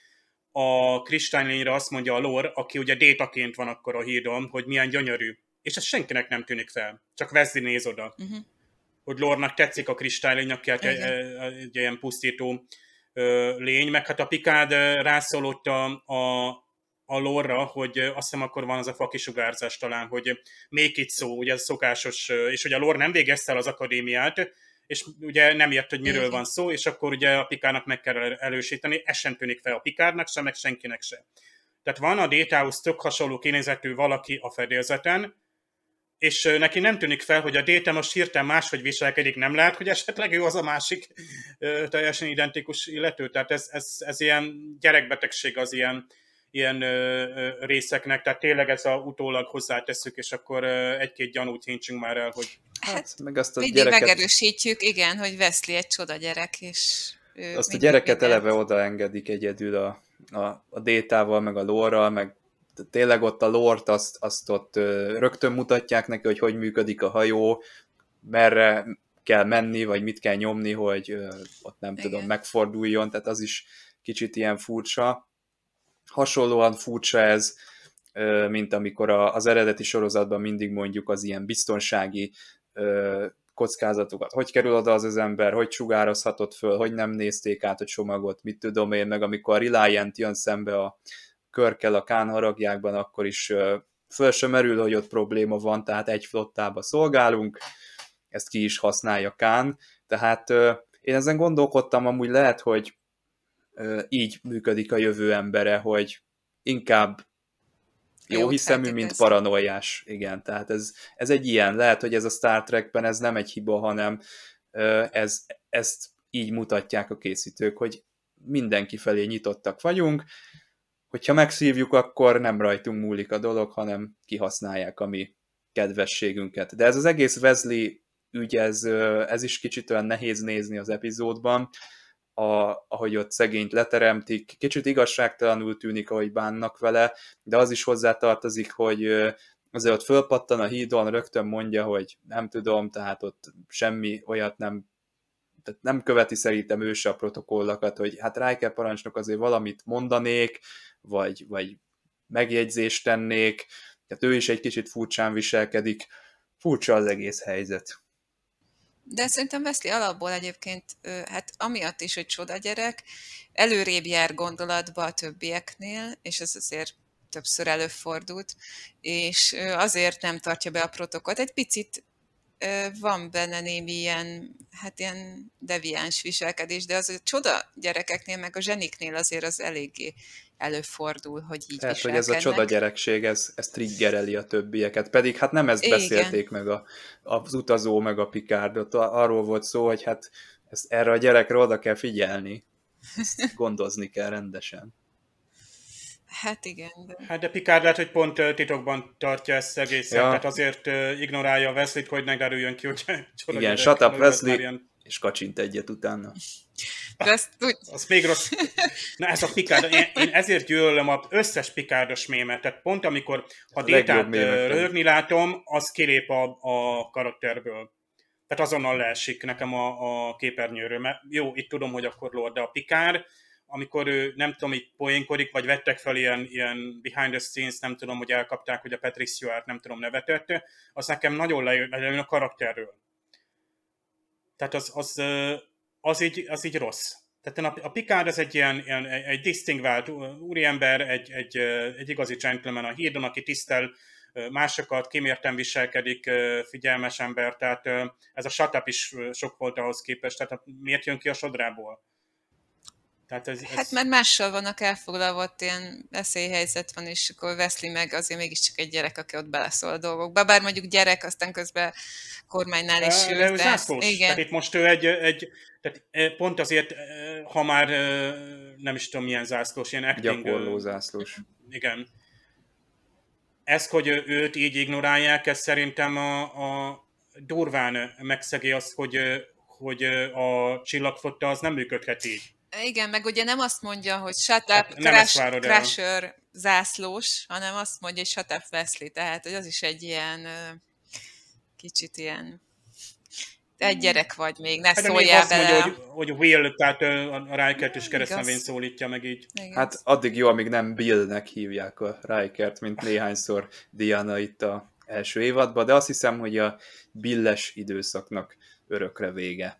a kristálylényre azt mondja a lore, aki ugye Détaként van akkor a hídon, hogy milyen gyönyörű. És ez senkinek nem tűnik fel. Csak Wesley néz oda. Uh-huh. Hogy lore-nak tetszik a kristálylény, aki hát egy, egy ilyen pusztító lény, meg hát a Picard rászólott a, a a lore-ra, hogy azt hiszem akkor van az a fakisugárzás talán, hogy make it szó, ugye ez szokásos, és ugye a lore nem végezte el az akadémiát, és ugye nem ért, hogy miről van szó, és akkor ugye a Picardnak meg kell erősíteni, ez sem tűnik fel a Picardnak sem, meg senkinek se. Tehát van a Détához tök hasonló kinézetű valaki a fedélzeten, és neki nem tűnik fel, hogy a Déta most hirtelen máshogy viselkedik, nem lehet, hogy esetleg ő az a másik teljesen identikus illető, tehát ez, ez, ez ilyen gyerekbetegség az ilyen ilyen ö, ö, részeknek, tehát tényleg ez a utólag hozzátesszük, és akkor ö, egy-két gyanút hintsünk már el, hogy... Hát, meg azt a mindig gyereket... megerősítjük, igen, hogy Wesley egy csoda gyerek, és... Azt a gyereket mindent... eleve odaengedik egyedül a, a, a Détával, meg a lore-ral, meg tényleg ott a lore-t, azt, azt ott ö, rögtön mutatják neki, hogy hogy működik a hajó, merre kell menni, vagy mit kell nyomni, hogy ö, ott nem Igen. tudom, megforduljon, tehát az is kicsit ilyen furcsa. Hasonlóan furcsa ez, ö, mint amikor a, az eredeti sorozatban mindig mondjuk az ilyen biztonsági ö, kockázatokat. Hogy kerül oda az az ember, hogy sugározhatott föl, hogy nem nézték át a csomagot, mit tudom én, meg amikor a Reliant jön szembe a Körkkel a Kán haragjákban, akkor is ö, föl sem merül, hogy ott probléma van, tehát egy flottába szolgálunk, ezt ki is használja Kán, tehát ö, én ezen gondolkodtam, amúgy lehet, hogy ö, így működik a jövő embere, hogy inkább jó hiszemű, mint paranoiás. Igen, tehát ez, ez egy ilyen, lehet, hogy ez a Star Trekben ez nem egy hiba, hanem ö, ez, ezt így mutatják a készítők, hogy mindenki felé nyitottak vagyunk, hogyha megszívjuk, akkor nem rajtunk múlik a dolog, hanem kihasználják a mi kedvességünket. De ez az egész Wesley ügy, ez, ez is kicsit olyan nehéz nézni az epizódban, a, ahogy ott szegényt leteremtik. Kicsit igazságtalanul tűnik, ahogy bánnak vele, de az is hozzátartozik, hogy azért ott fölpattan a hídon, rögtön mondja, hogy nem tudom, tehát ott semmi olyat nem, tehát nem követi szerintem ő se a protokollakat, hogy hát Riker parancsnok azért valamit mondanék, vagy, vagy megjegyzést tennék, tehát ő is egy kicsit furcsán viselkedik. Furcsa az egész helyzet. De szerintem Wesley alapból egyébként, hát amiatt is, hogy csoda gyerek, előrébb jár gondolatba a többieknél, és ez azért többször előfordult, és azért nem tartja be a protokollt. Egy picit van benne némi ilyen, hát ilyen deviáns viselkedés, de az a csoda gyerekeknél, meg a zseniknél azért az eléggé előfordul, hogy így Tehát, hogy viselkednek. ez a csoda gyerekség, ez, ez triggereli a többieket. Pedig hát nem ezt Igen. beszélték meg a, az utazó, meg a Picardot. Arról volt szó, hogy hát ezt, erre a gyerekre oda kell figyelni. Ezt gondozni kell rendesen. Hát igen. De... Hát de Picard lehet, hogy pont titokban tartja ezt egészet, ja. Tehát azért ignorálja Wesley-t, hogy ne derüljön ki, hogy csoda igen, gyerek, shut up Wesley, ilyen... és kacsint egyet utána. De ezt úgy... Az még rossz. Na ez a Picard, én, én ezért gyűlölöm az összes Picardos mémet, tehát pont amikor ha Détát röhögni látom, az kilép a, a karakterből. Tehát azonnal leesik nekem a, a képernyőről, mert jó, itt tudom, hogy akkor Lord, de a Picard, amikor ő nem tudom, így poénkodik, vagy vettek fel ilyen, ilyen behind the scenes, nem tudom, hogy elkapták, hogy a Patrick Stewart nem tudom nevetett, az nekem nagyon lejön a karakterről. Tehát az, az, az, így, az így rossz. Tehát a Picard az egy ilyen, ilyen egy disztingvált úriember, egy, egy, egy igazi gentleman a hídon, aki tisztel másokat, kimérten viselkedik, figyelmes ember, tehát ez a shut up is sok volt ahhoz képest, tehát miért jön ki a sodrából? Tehát ez, ez... Hát mert mással vannak elfoglalva, ott ilyen veszélyhelyzet van, és akkor Wesley meg azért mégiscsak egy gyerek, aki ott beleszól a dolgokba. Bár mondjuk gyerek, aztán közben kormánynál is ül. De ő zászlós. Igen. Tehát itt most ő egy, egy tehát pont azért, ha már nem is tudom milyen zászlós, ilyen acting. Gyakorló zászlós. Igen. Ez, hogy őt így ignorálják, ez szerintem a, a durván megszegi azt, hogy, hogy a csillagflotta az nem működhet így. Igen, meg ugye nem azt mondja, hogy shut up, hát crash, Crusher zászlós, hanem azt mondja, hogy shut up Wesley, tehát hogy az is egy ilyen kicsit ilyen egy gyerek vagy még, ne hát szóljál bele. Azt mondja, hogy, hogy Will, tehát a Rikert is keresztnevén szólítja meg így. Igaz. Hát addig jó, amíg nem Billnek hívják a Rikert, mint néhányszor Diana itt az első évadban, de azt hiszem, hogy a Billes időszaknak örökre vége.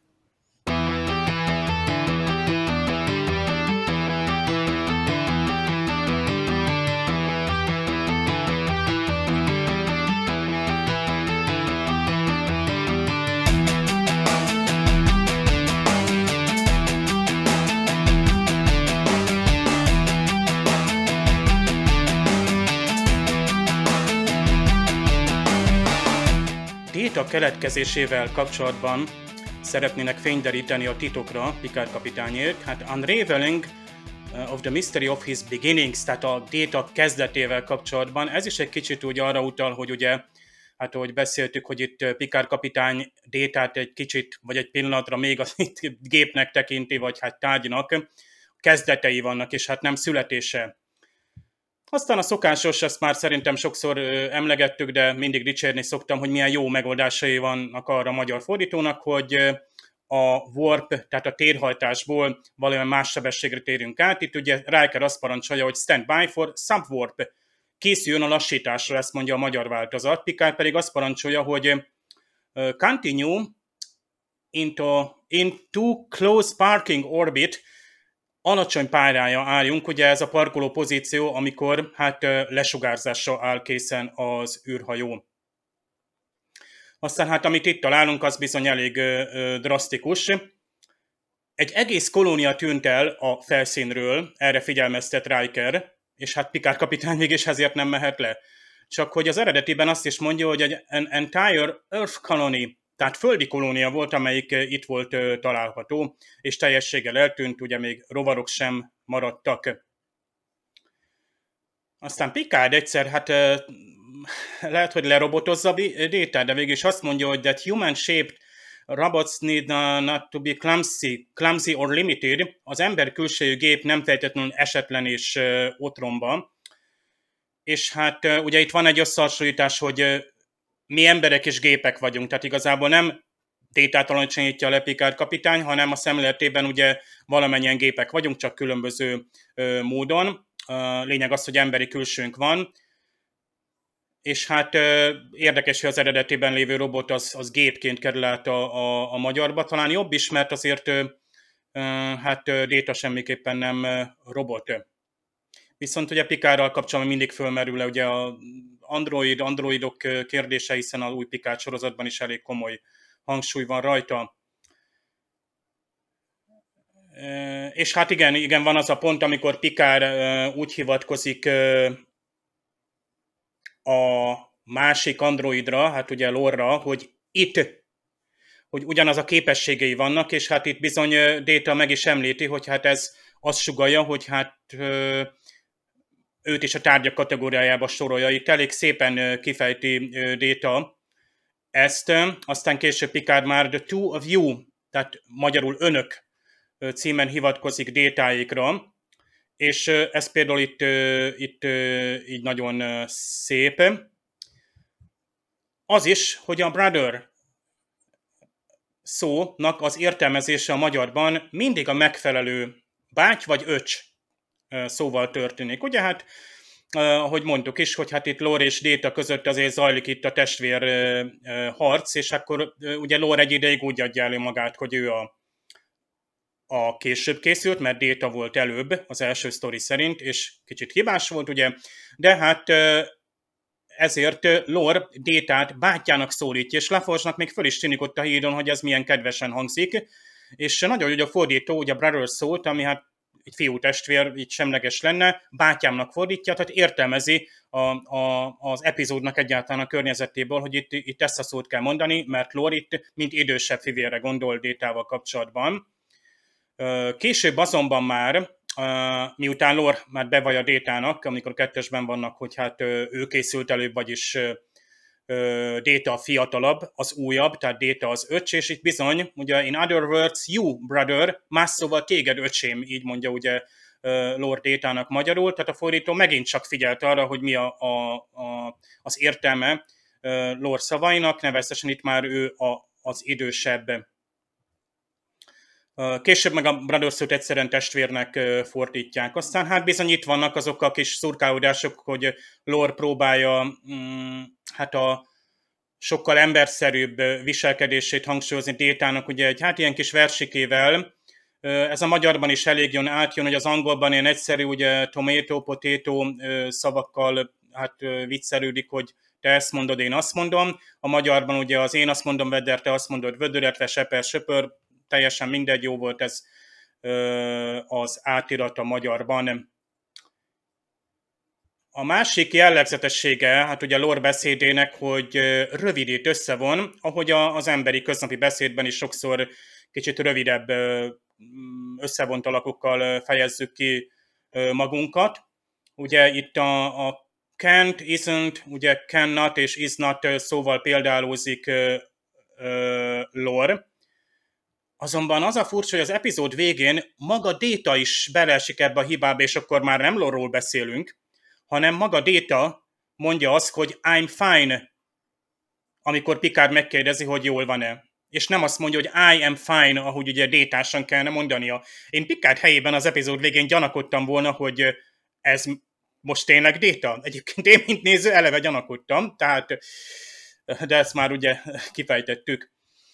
Déta keletkezésével kapcsolatban szeretnének fényderíteni a titokra Picard kapitányért. Hát Unraveling of the Mystery of His Beginnings, tehát a Déta kezdetével kapcsolatban, ez is egy kicsit úgy arra utal, hogy ugye, hát ahogy beszéltük, hogy itt Picard kapitány Détát egy kicsit, vagy egy pillanatra még az itt gépnek tekinti, vagy hát tárgynak, kezdetei vannak, és hát nem születése. Aztán a szokásos, ezt már szerintem sokszor emlegettük, de mindig dicsérni szoktam, hogy milyen jó megoldásai vannak arra a magyar fordítónak, hogy a warp, tehát a térhajtásból valamilyen más sebességre térünk át. Itt ugye Riker azt parancsolja, hogy stand by for subwarp. Készüljön a lassításra, ezt mondja a magyar változat. Picard pedig azt parancsolja, hogy continue into, into close parking orbit, alacsony pályája álljunk, ugye ez a parkoló pozíció, amikor hát lesugárzásra áll készen az űrhajó. Aztán hát amit itt találunk, az bizony elég ö, drasztikus. Egy egész kolónia tűnt el a felszínről, erre figyelmeztet Riker, és hát Picard kapitány mégis ezért nem mehet le. Csak hogy az eredetiben azt is mondja, hogy egy an entire Earth colony, tehát földi kolónia volt, amelyik itt volt ö, található, és teljességgel eltűnt, ugye még rovarok sem maradtak. Aztán Picard egyszer, hát ö, lehet, hogy lerobotozza Data, de végül is azt mondja, hogy that human-shaped robots need not to be clumsy, clumsy or limited. Az ember külsejű gép nem feltétlenül esetlen és ö, otromba. És hát ö, ugye itt van egy összehasonlítás, hogy ö, mi emberek és gépek vagyunk, tehát igazából nem Data-t alacsonyítja le Picard kapitány, hanem a szemléletében ugye valamennyien gépek vagyunk, csak különböző ö, módon. A lényeg az, hogy emberi külsőnk van, és hát ö, érdekes, hogy az eredetiben lévő robot az, az gépként kerül át a, a, a magyarba. Talán jobb is, mert azért ö, ö, hát ö, Data semmiképpen nem ö, robot. Viszont ugye Picardral kapcsolatban mindig fölmerül ugye a android, androidok kérdése, hiszen az új Picard sorozatban is elég komoly hangsúly van rajta. És hát igen, igen, van az a pont, amikor Picard úgy hivatkozik a másik androidra, hát ugye Lorra, hogy itt, hogy ugyanaz a képességei vannak, és hát itt bizony Data meg is említi, hogy hát ez azt sugallja, hogy hát őt is a tárgyak kategóriájába sorolja. Itt elég szépen kifejti Data ezt, aztán később Picard már the two of you, tehát magyarul önök címen hivatkozik Datáikra, és ez például itt, itt így nagyon szép. Az is, hogy a brother szónak az értelmezése a magyarban mindig a megfelelő báty vagy öcs szóval történik. Ugye hát, ahogy mondtuk is, hogy hát itt Lore és Data között azért zajlik itt a testvér harc, és akkor ugye Lore egy ideig úgy adja elő magát, hogy ő a, a később készült, mert Data volt előbb az első sztori szerint, és kicsit hibás volt, ugye, de hát ezért Lore Data-t bátyjának szólítja, és LaForge-nak még föl is tűnik ott a hídon, hogy ez milyen kedvesen hangzik, és nagyon jó, hogy a fordító, ugye a brother szólt, ami hát egy fiú testvér, így semleges lenne, bátyámnak fordítja, tehát értelmezi a, a, az epizódnak egyáltalán a környezetéből, hogy itt, itt ezt a szót kell mondani, mert Lore itt mint idősebb fivére gondol Data-val kapcsolatban. Később azonban már, miután Lore már bevallja Data-nak, amikor kettesben vannak, hogy hát ő készült előbb, vagyis Data a fiatalabb, az újabb, tehát Data az öcs, és itt bizony, ugye in other words, you brother, más szóval téged öcsém, így mondja ugye Lore Data-nak magyarul, tehát a fordító megint csak figyelt arra, hogy mi a, a, a, az értelme Lore szavainak, nevezetesen itt már ő a, az idősebb. Később meg a brother szót egyszerűen testvérnek fordítják. Aztán hát bizony itt vannak azok a kis szurkálódások, hogy Lore próbálja mm, hát a sokkal emberszerűbb viselkedését hangsúlyozni Data-nak, ugye egy hát ilyen kis versikével. Ez a magyarban is elég jön átjön, hogy az angolban ilyen egyszerű, ugye tomato, potato szavakkal hát viccelődik, hogy te ezt mondod, én azt mondom. A magyarban ugye az én azt mondom, Vedder, te azt mondod, vödör, illetve seper, söpör, teljesen mindegy, jó volt ez az átirat a magyarban. A másik jellegzetessége, hát ugye Lore beszédének, hogy rövidít, összevon, ahogy az emberi köznapi beszédben is sokszor kicsit rövidebb összevont alakokkal fejezzük ki magunkat. Ugye itt a, a can't, isn't, ugye cannot és is not szóval példálózik Lore. Azonban az a furcsa, hogy az epizód végén maga Data is beleesik ebbe a hibába, és akkor már nem Lore-ról beszélünk, hanem maga Data mondja azt, hogy I'm fine, amikor Picard megkérdezi, hogy jól van-e. És nem azt mondja, hogy I am fine, ahogy ugye Détásan kellene mondania. Én Picard helyében az epizód végén gyanakodtam volna, hogy ez most tényleg Data. Egyébként én, mint néző, eleve gyanakodtam, tehát, de ezt már ugye kifejtettük.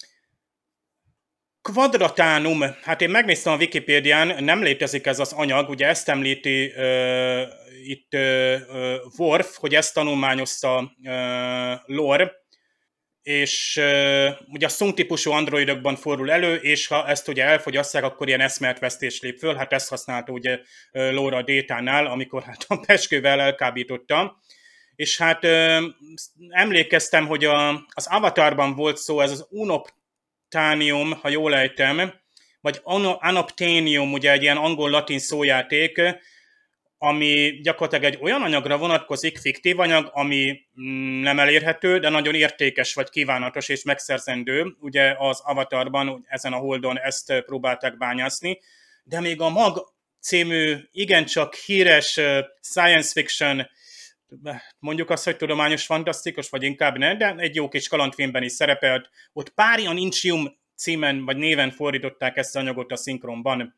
Kvadratánum, hát én megnéztem a Wikipédián, nem létezik ez az anyag, ugye ezt említi uh, itt uh, Worf, hogy ezt tanulmányozta uh, Lore, és uh, ugye a Szung-típusú androidokban fordul elő, és ha ezt ugye elfogyasztják, akkor ilyen eszméletvesztés lép föl, hát ezt használta ugye uh, Lore a Détánál, amikor hát a peskővel elkábította. És hát uh, emlékeztem, hogy a, az Avatarban volt szó, ez az unobtánium, ha jól ejtem, vagy anoptánium, ugye egy ilyen angol-latin szójáték, ami gyakorlatilag egy olyan anyagra vonatkozik, fiktív anyag, ami nem elérhető, de nagyon értékes, vagy kívánatos és megszerzendő. Ugye az Avatarban, ezen a holdon ezt próbálták bányászni, de még a Mag című igencsak híres science fiction, mondjuk azt, hogy tudományos fantasztikus, vagy inkább ne, de egy jó kis kalandfilmben is szerepelt. Ott Parian Intium címen, vagy néven fordították ezt az anyagot a szinkronban.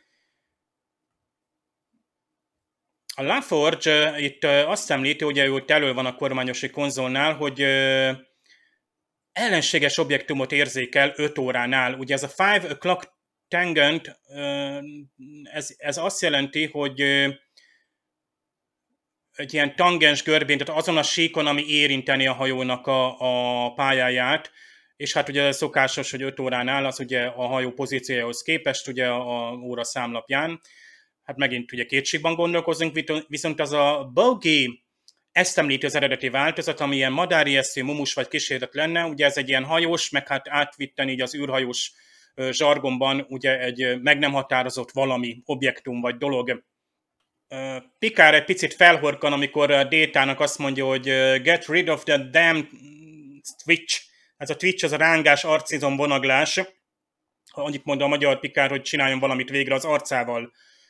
A LaForge uh, itt uh, azt említi, ugye ő ott elő van a kormányosi konzolnál, hogy uh, ellenséges objektumot érzékel öt óránál. Ugye ez a five o'clock tangent, uh, ez, ez azt jelenti, hogy uh, egy ilyen tangens görbén, tehát azon a síkon, ami érinteni a hajónak a, a pályáját, és hát ugye szokásos, hogy öt óránál az ugye a hajó pozíciójához képest, ugye a, a óra számlapján. Hát megint ugye kétségben gondolkozunk, viszont az a bogey, ezt említi az eredeti változat, ami ilyen madárijesztő, mumus vagy kísérlet lenne, ugye ez egy ilyen hajós, meg hát átvitten így az űrhajós zsargonban ugye egy meg nem határozott valami, objektum vagy dolog. Picard egy picit felhorkan, amikor a Détának azt mondja, hogy get rid of the damn twitch. Ez a twitch, az a rángás, arcizom, vonaglás. Annyit mond a magyar Picard, hogy csináljon valamit végre az arcával.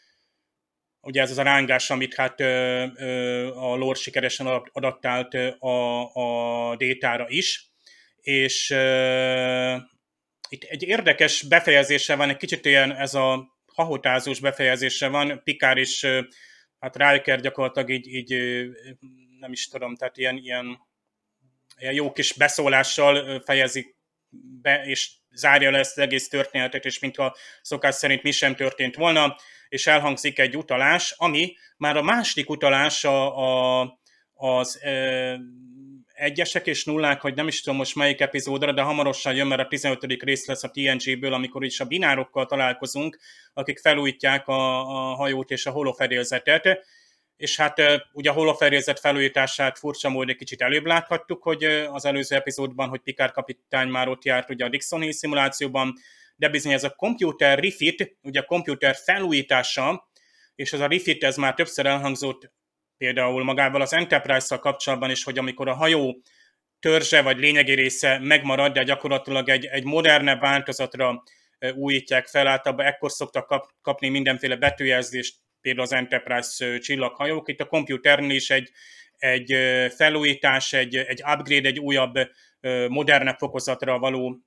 Ugye ez az a rángás, amit hát ö, ö, a Lore sikeresen adaptált a, a Détára is. És ö, itt egy érdekes befejezése van, egy kicsit ilyen ez a hahotázós befejezése van. Picard és hát Riker gyakorlatilag így, így nem is tudom, tehát ilyen, ilyen, ilyen jó kis beszólással fejezik be, és zárja le ezt az egész történetet, és mintha szokás szerint mi sem történt volna, és elhangzik egy utalás, ami már a második utalás a, a, az e, egyesek és nullák, hogy nem is tudom most melyik epizódra, de hamarosan jön, mert a tizenötödik rész lesz a té en gé-ből, amikor is a binárokkal találkozunk, akik felújítják a, a hajót és a holofedélzetet, és hát ugye a holofedélzet felújítását furcsa módon egy kicsit előbb láthattuk, hogy az előző epizódban, hogy Picard kapitány már ott járt ugye a Dixon szimulációban, de bizony ez a computer refit, ugye a computer felújítása, és ez a refit, ez már többször elhangzott például magával az Enterprise-szal kapcsolatban is, hogy amikor a hajó törzse vagy lényegi része megmarad, de gyakorlatilag egy, egy modernebb változatra újítják fel, általában ekkor szoktak kap, kapni mindenféle betűjelzést, például az Enterprise csillaghajók. Itt a computernél is egy, egy felújítás, egy, egy upgrade, egy újabb, modernebb fokozatra való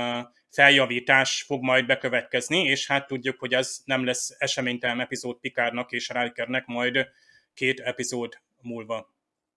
feljavítás fog majd bekövetkezni, és hát tudjuk, hogy ez nem lesz eseménytelen epizód Picardnak és Rikernek majd két epizód múlva.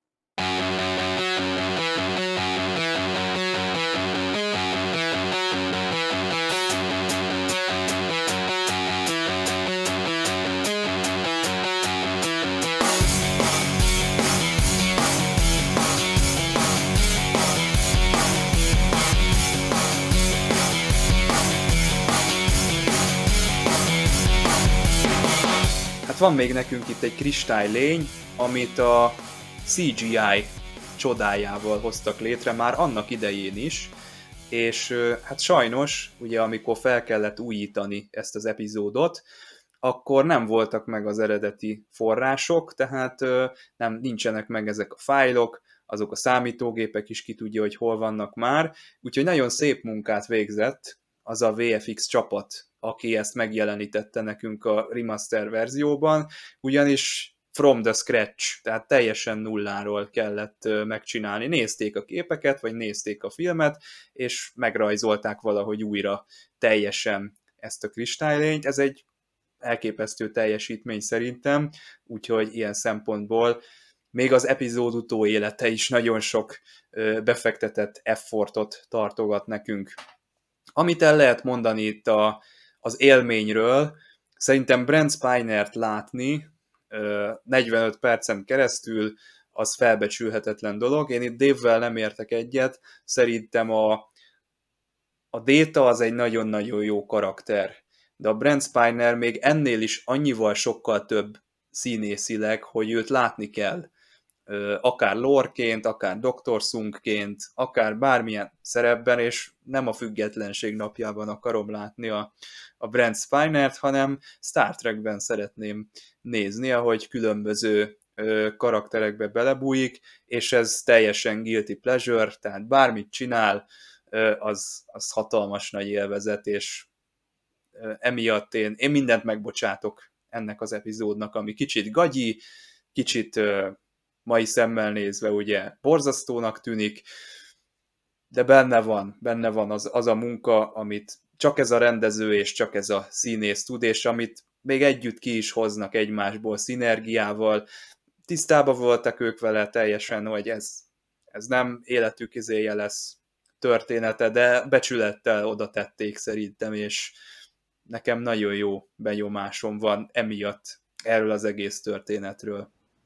Van még nekünk itt egy kristálylény, amit a cé gé í csodájával hoztak létre már annak idején is, és hát sajnos, ugye amikor fel kellett újítani ezt az epizódot, akkor nem voltak meg az eredeti források, tehát nem, nincsenek meg ezek a fájlok, azok a számítógépek is ki tudja, hogy hol vannak már, úgyhogy nagyon szép munkát végzett az a vé ef iksz csapat, aki ezt megjelenítette nekünk a remaster verzióban, ugyanis from the scratch, tehát teljesen nulláról kellett megcsinálni. Nézték a képeket, vagy nézték a filmet, és megrajzolták valahogy újra teljesen ezt a kristálylényt. Ez egy elképesztő teljesítmény szerintem, úgyhogy ilyen szempontból még az epizód utóélete is nagyon sok befektetett effortot tartogat nekünk. Amit el lehet mondani itt a, az élményről, szerintem Brent Spinert látni negyvenöt percen keresztül az felbecsülhetetlen dolog. Én itt Dave-vel nem értek egyet, szerintem a, a Data az egy nagyon-nagyon jó karakter, de a Brent Spiner még ennél is annyival sokkal több színészileg, hogy őt látni kell. Akár lore-ként, akár doktor Sung-ként, akár bármilyen szerepben, és nem a függetlenség napjában akarom látni a, a Brent Spinert, hanem Star Trekben szeretném nézni, ahogy különböző ö, karakterekbe belebújik, és ez teljesen guilty pleasure, tehát bármit csinál, ö, az, az hatalmas nagy élvezet, és ö, emiatt én, én mindent megbocsátok ennek az epizódnak, ami kicsit gagyi, kicsit ö, mai szemmel nézve ugye borzasztónak tűnik, de benne van, benne van az, az a munka, amit csak ez a rendező és csak ez a színész tud, és amit még együtt ki is hoznak egymásból szinergiával. Tisztában voltak ők vele teljesen, hogy ez, ez nem életük izéje lesz története, de becsülettel oda tették szerintem, és nekem nagyon jó benyomásom van emiatt erről az egész történetről.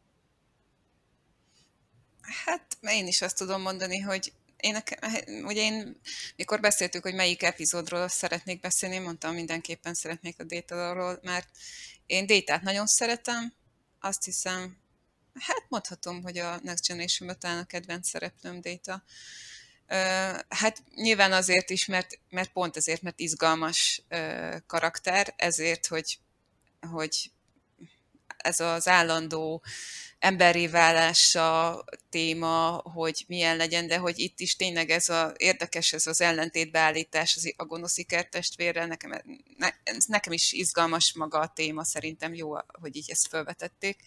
Hát én is azt tudom mondani, hogy én, ugye én, mikor beszéltük, hogy melyik epizódról szeretnék beszélni, mondtam, mindenképpen szeretnék a Data-ról, mert én Data-t nagyon szeretem, azt hiszem, hát mondhatom, hogy a Next Generation-ben talán a kedvenc szereplőm Data. Hát nyilván azért is, mert, mert pont ezért, mert izgalmas karakter, ezért, hogy, hogy ez az állandó emberré válása téma, hogy milyen legyen, de hogy itt is tényleg ez a érdekes, ez az ellentétbeállítás az a gonosz ikertestvérrel, nekem, ne, nekem is izgalmas maga a téma, szerintem jó, hogy így ezt felvetették.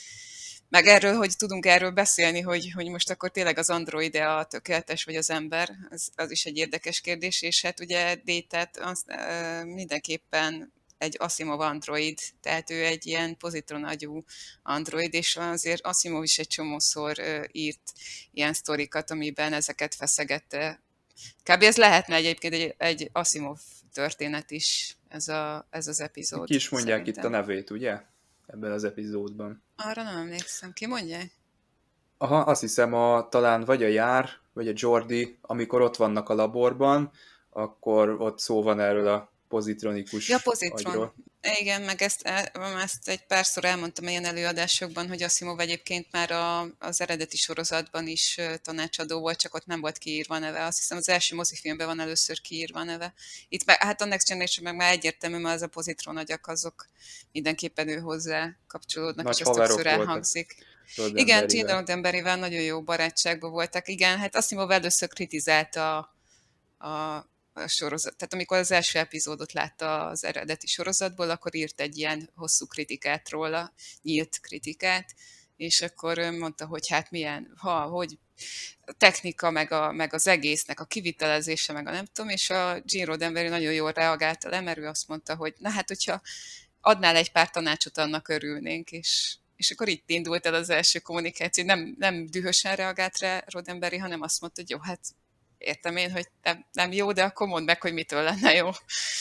Meg erről, hogy tudunk erről beszélni, hogy, hogy most akkor tényleg az android a tökéletes, vagy az ember, az, az is egy érdekes kérdés, és hát ugye Data-t az, uh, mindenképpen egy Asimov android, tehát ő egy ilyen pozitron agyú android, és azért Asimov is egy csomószor uh, írt ilyen sztorikat, amiben ezeket feszegette. Kb. Ez lehetne egyébként egy, egy Asimov történet is, ez, a, ez az epizód. Ki is mondják szerintem. Itt a nevét, ugye? Ebben az epizódban. Arra nem emlékszem. Ki mondják? Aha, azt hiszem, a, talán vagy a Jár, vagy a Jordi, amikor ott vannak a laborban, akkor ott szó van erről a pozitronikus Ja, pozitron. agyról. Igen, meg ezt, ezt egy párszor elmondtam ilyen előadásokban, hogy Asimov egyébként már a, az eredeti sorozatban is tanácsadó volt, csak ott nem volt kiírva a neve. Azt hiszem az első mozifilmben van először kiírva a neve. Itt meg, hát a Next Generation meg már egyértelmű, mert az a pozitron agyak, azok mindenképpen ő hozzá kapcsolódnak, Nagy és azt többször voltak. elhangzik. Igen, Gene Roddenberryvel nagyon jó barátságban voltak. Igen, hát Asimov először kritizálta a, a a sorozat. Tehát amikor az első epizódot látta az eredeti sorozatból, akkor írt egy ilyen hosszú kritikát róla, nyílt kritikát, és akkor mondta, hogy hát milyen, ha, hogy a technika, meg, a, meg az egésznek a kivitelezése, meg a nem tudom, és a Gene Roddenberry nagyon jól reagálta le, mert ő azt mondta, hogy na hát, hogyha adnál egy pár tanácsot, annak örülnénk, és, és akkor itt indult el az első kommunikáció. Nem, nem dühösen reagált rá Roddenberry, hanem azt mondta, hogy jó, hát értem én, hogy nem, nem jó, de akkor mondd meg, hogy mitől lenne jó.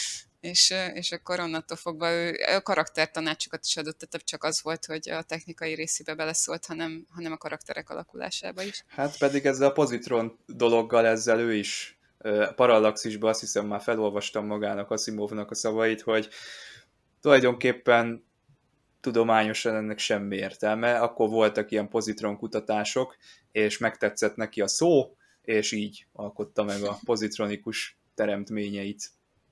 És, és akkor onnantól fogva ő a karaktertanácsokat is adott, tehát csak az volt, hogy a technikai részébe beleszólt, hanem, hanem a karakterek alakulásába is. Hát pedig ezzel a pozitron dologgal ezzel ő is Parallaxisban, azt hiszem már felolvastam magának Asimovnak a szavait, hogy tulajdonképpen tudományosan ennek semmi értelme. Akkor voltak ilyen pozitron kutatások, és megtetszett neki a szó, és így alkotta meg a pozitronikus teremtményeit.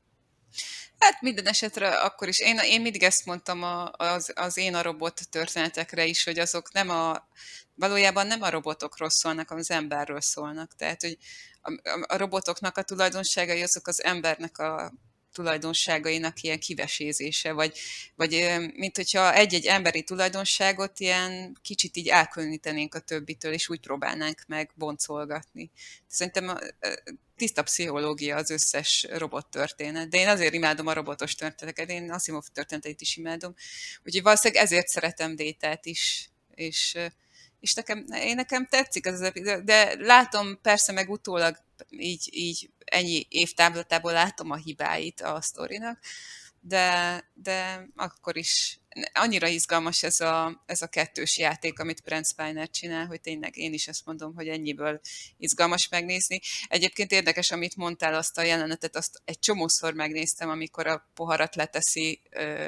Hát minden esetre akkor is. Én, én mindig ezt mondtam a, az, az én a robot történetekre is, hogy azok nem a, valójában nem a robotokról szólnak, hanem az emberről szólnak. Tehát, hogy a, a robotoknak a tulajdonságai azok az embernek a tulajdonságainak ilyen kivesézése, vagy, vagy mint hogyha egy-egy emberi tulajdonságot ilyen kicsit így elkülönítenénk a többitől, és úgy próbálnánk meg boncolgatni. Szerintem tiszta pszichológia az összes robot történet, de én azért imádom a robotos történeteket, én Asimov történeteit is imádom, úgyhogy valószínűleg ezért szeretem Détát is, és, és nekem, én nekem tetszik az epizód, de látom persze meg utólag így, így ennyi évtávlatából látom a hibáit a sztorinak, de, de akkor is annyira izgalmas ez a, ez a kettős játék, amit Brent Spiner csinál, hogy tényleg én is ezt mondom, hogy ennyiből izgalmas megnézni. Egyébként érdekes, amit mondtál, azt a jelenetet, azt egy csomószor megnéztem, amikor a poharat leteszi,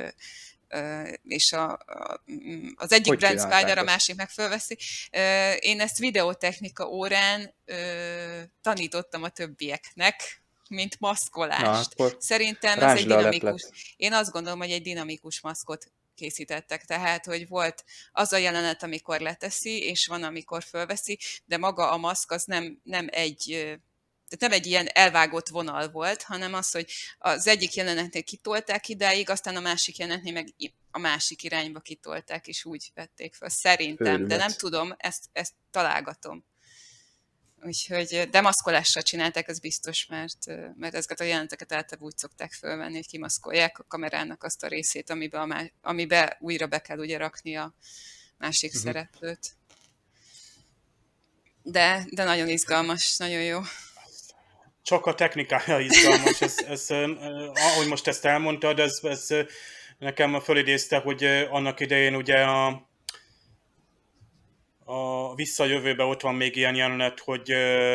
és a, a, az egyik hogy Brent Spiner, a másik meg fölveszi. Én ezt videótechnika órán tanítottam a többieknek, mint maszkolást. Na, szerintem ez egy dinamikus. Én azt gondolom, hogy egy dinamikus maszkot készítettek, tehát, hogy volt az a jelenet, amikor leteszi, és van, amikor fölveszi, de maga a maszk az nem, nem egy, tehát nem egy ilyen elvágott vonal volt, hanem az, hogy az egyik jelenetnél kitolták idáig, aztán a másik jelenetnél meg a másik irányba kitolták, és úgy vették fel. Szerintem, Őrület. De nem tudom, ezt, ezt találgatom. Úgyhogy demaszkolásra csinálták, ez biztos, mert, mert ezeket a jeleneteket általában úgy szokták fölvenni, hogy kimaszkolják a kamerának azt a részét, amiben, a má, amiben újra be kell ugye rakni a másik uh-huh. szereplőt. De, de nagyon izgalmas, nagyon jó. Csak a technikája izgalmas, ez, ez, ahogy most ezt elmondtad, ez, ez nekem fölidézte, hogy annak idején ugye a a Visszajövőben ott van még ilyen jelenet, hogy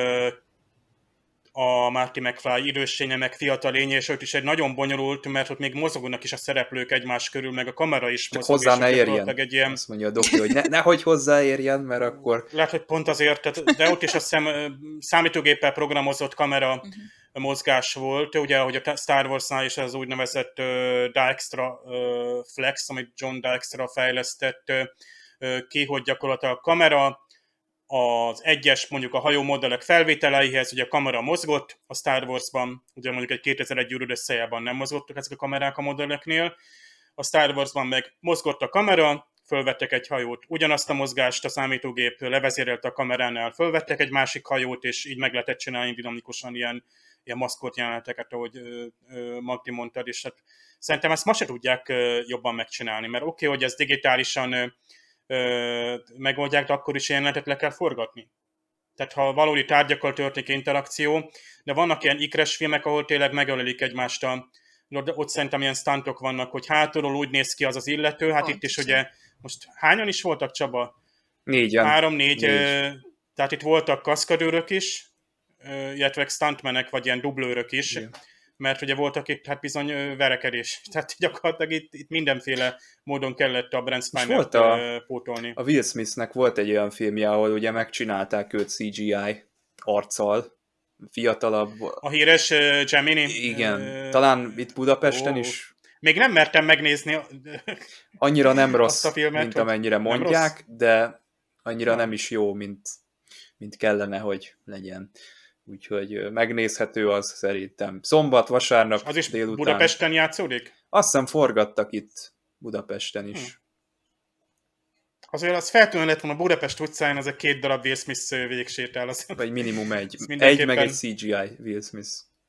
a Marty McFly idősénye, meg fiatal lénye, és ott is egy nagyon bonyolult, mert ott még mozognak is a szereplők egymás körül, meg a kamera is mozog. Hozzá ne érjen. Egy ilyen... Azt mondja a doki, hogy ne, nehogy hozzáérjen, mert akkor... Lehet, hogy pont azért, tehát, de ott is azt hiszem számítógéppel programozott kamera uh-huh. mozgás volt, ugye, ahogy a Star Warsnál is az úgynevezett uh, Dijkstra uh, Flex, amit John Dijkstra fejlesztett uh, ki, hogy gyakorlatilag a kamera az egyes, mondjuk a hajó modellek felvételeihez, hogy a kamera mozgott a Star Warsban, ugye mondjuk egy kétezer-egy űr összejában nem mozgottak ezek a kamerák a modelleknél, a Star Warsban meg mozgott a kamera, fölvettek egy hajót, ugyanazt a mozgást a számítógép levezérelte a kameránál, fölvettek egy másik hajót, és így meg lehetett csinálni dinamikusan ilyen, ilyen maszkot jeleneteket, ahogy Magdi mondtad, és hát szerintem ezt ma se tudják ö, jobban megcsinálni, mert oké, okay, hogy ez digitálisan ö, ö, megoldják, de akkor is jelenetet le kell forgatni. Tehát ha valódi tárgyakkal történik interakció, de vannak ilyen ikres filmek, ahol tényleg megölelik egymást, a, ott szerintem ilyen stuntok vannak, hogy hátulról úgy néz ki az az illető, hát Pont itt is ugye, most hányan is voltak, Csaba? Négyen. Három, négy, négy. Ö, tehát itt voltak kaszkadőrök is, ö, illetve stuntmenek, vagy ilyen dublőrök is, igen. Mert ugye voltak itt hát bizony verekedés. Tehát gyakorlatilag itt, itt mindenféle módon kellett a Brent Spinert pótolni. A Will Smithnek volt egy olyan filmje, ahol ugye megcsinálták őt cé gé í arccal, fiatalabb. A híres uh, Gemini. Igen, uh, talán itt Budapesten oh. is. Még nem mertem megnézni. Annyira nem rossz, filmet, mint amennyire mondják, de annyira nem. nem is jó, mint, mint kellene, hogy legyen. Úgyhogy megnézhető az szerintem. Szombat, vasárnap, az is délután. Budapesten játszódik? Azt hiszem forgattak itt Budapesten is. Hm. Azért az feltűnő lett volna Budapest utcán, az a két darab Will Smith végsétál. Az... Vagy minimum egy. Egy meg egy cé gé í Will Smith.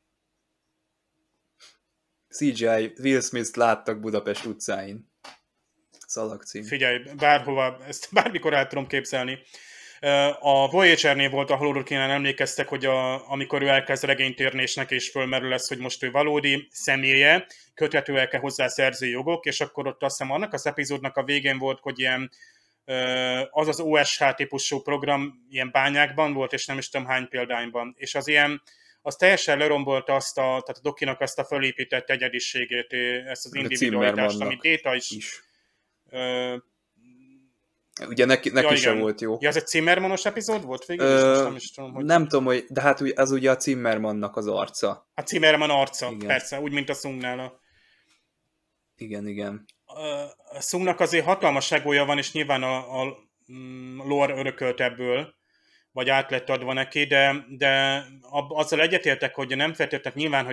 cé gé í Will Smith-t láttak Budapest utcáin. Szalagcím. Figyelj, bárhova, ezt bármikor el tudom képzelni. A Voyager-nél volt, ahol Holodokinál emlékeztek, hogy a, amikor ő elkezd regényt írni, és neki is fölmerül lesz, hogy most ő valódi személye, köthetőek-e hozzá szerzői jogok, és akkor ott azt hiszem annak az epizódnak a végén volt, hogy ilyen az az o es há típusú program ilyen bányákban volt, és nem is tudom hány példányban. És az ilyen, az teljesen lerombolta azt a, tehát a Dokinak azt a fölépített egyediségét, ezt az individualitást, amit Data is... is. Ö, Ugye neki, neki ja, sem volt jó. Ja, ez egy Zimmermanos epizód volt végül? Ö, nem is tudom, hogy... Nem tudom, hogy, de hát az ugye a Zimmermannak az arca. A Zimmerman arca, igen. Persze, úgy, mint a Sungnál. A... Igen, igen. A Sungnak azért hatalmas egója van, és nyilván a, a lore örökölt ebből, vagy át lett adva neki, de, de azzal egyetértek, hogy nem feltétlenül, nyilván, hogy nem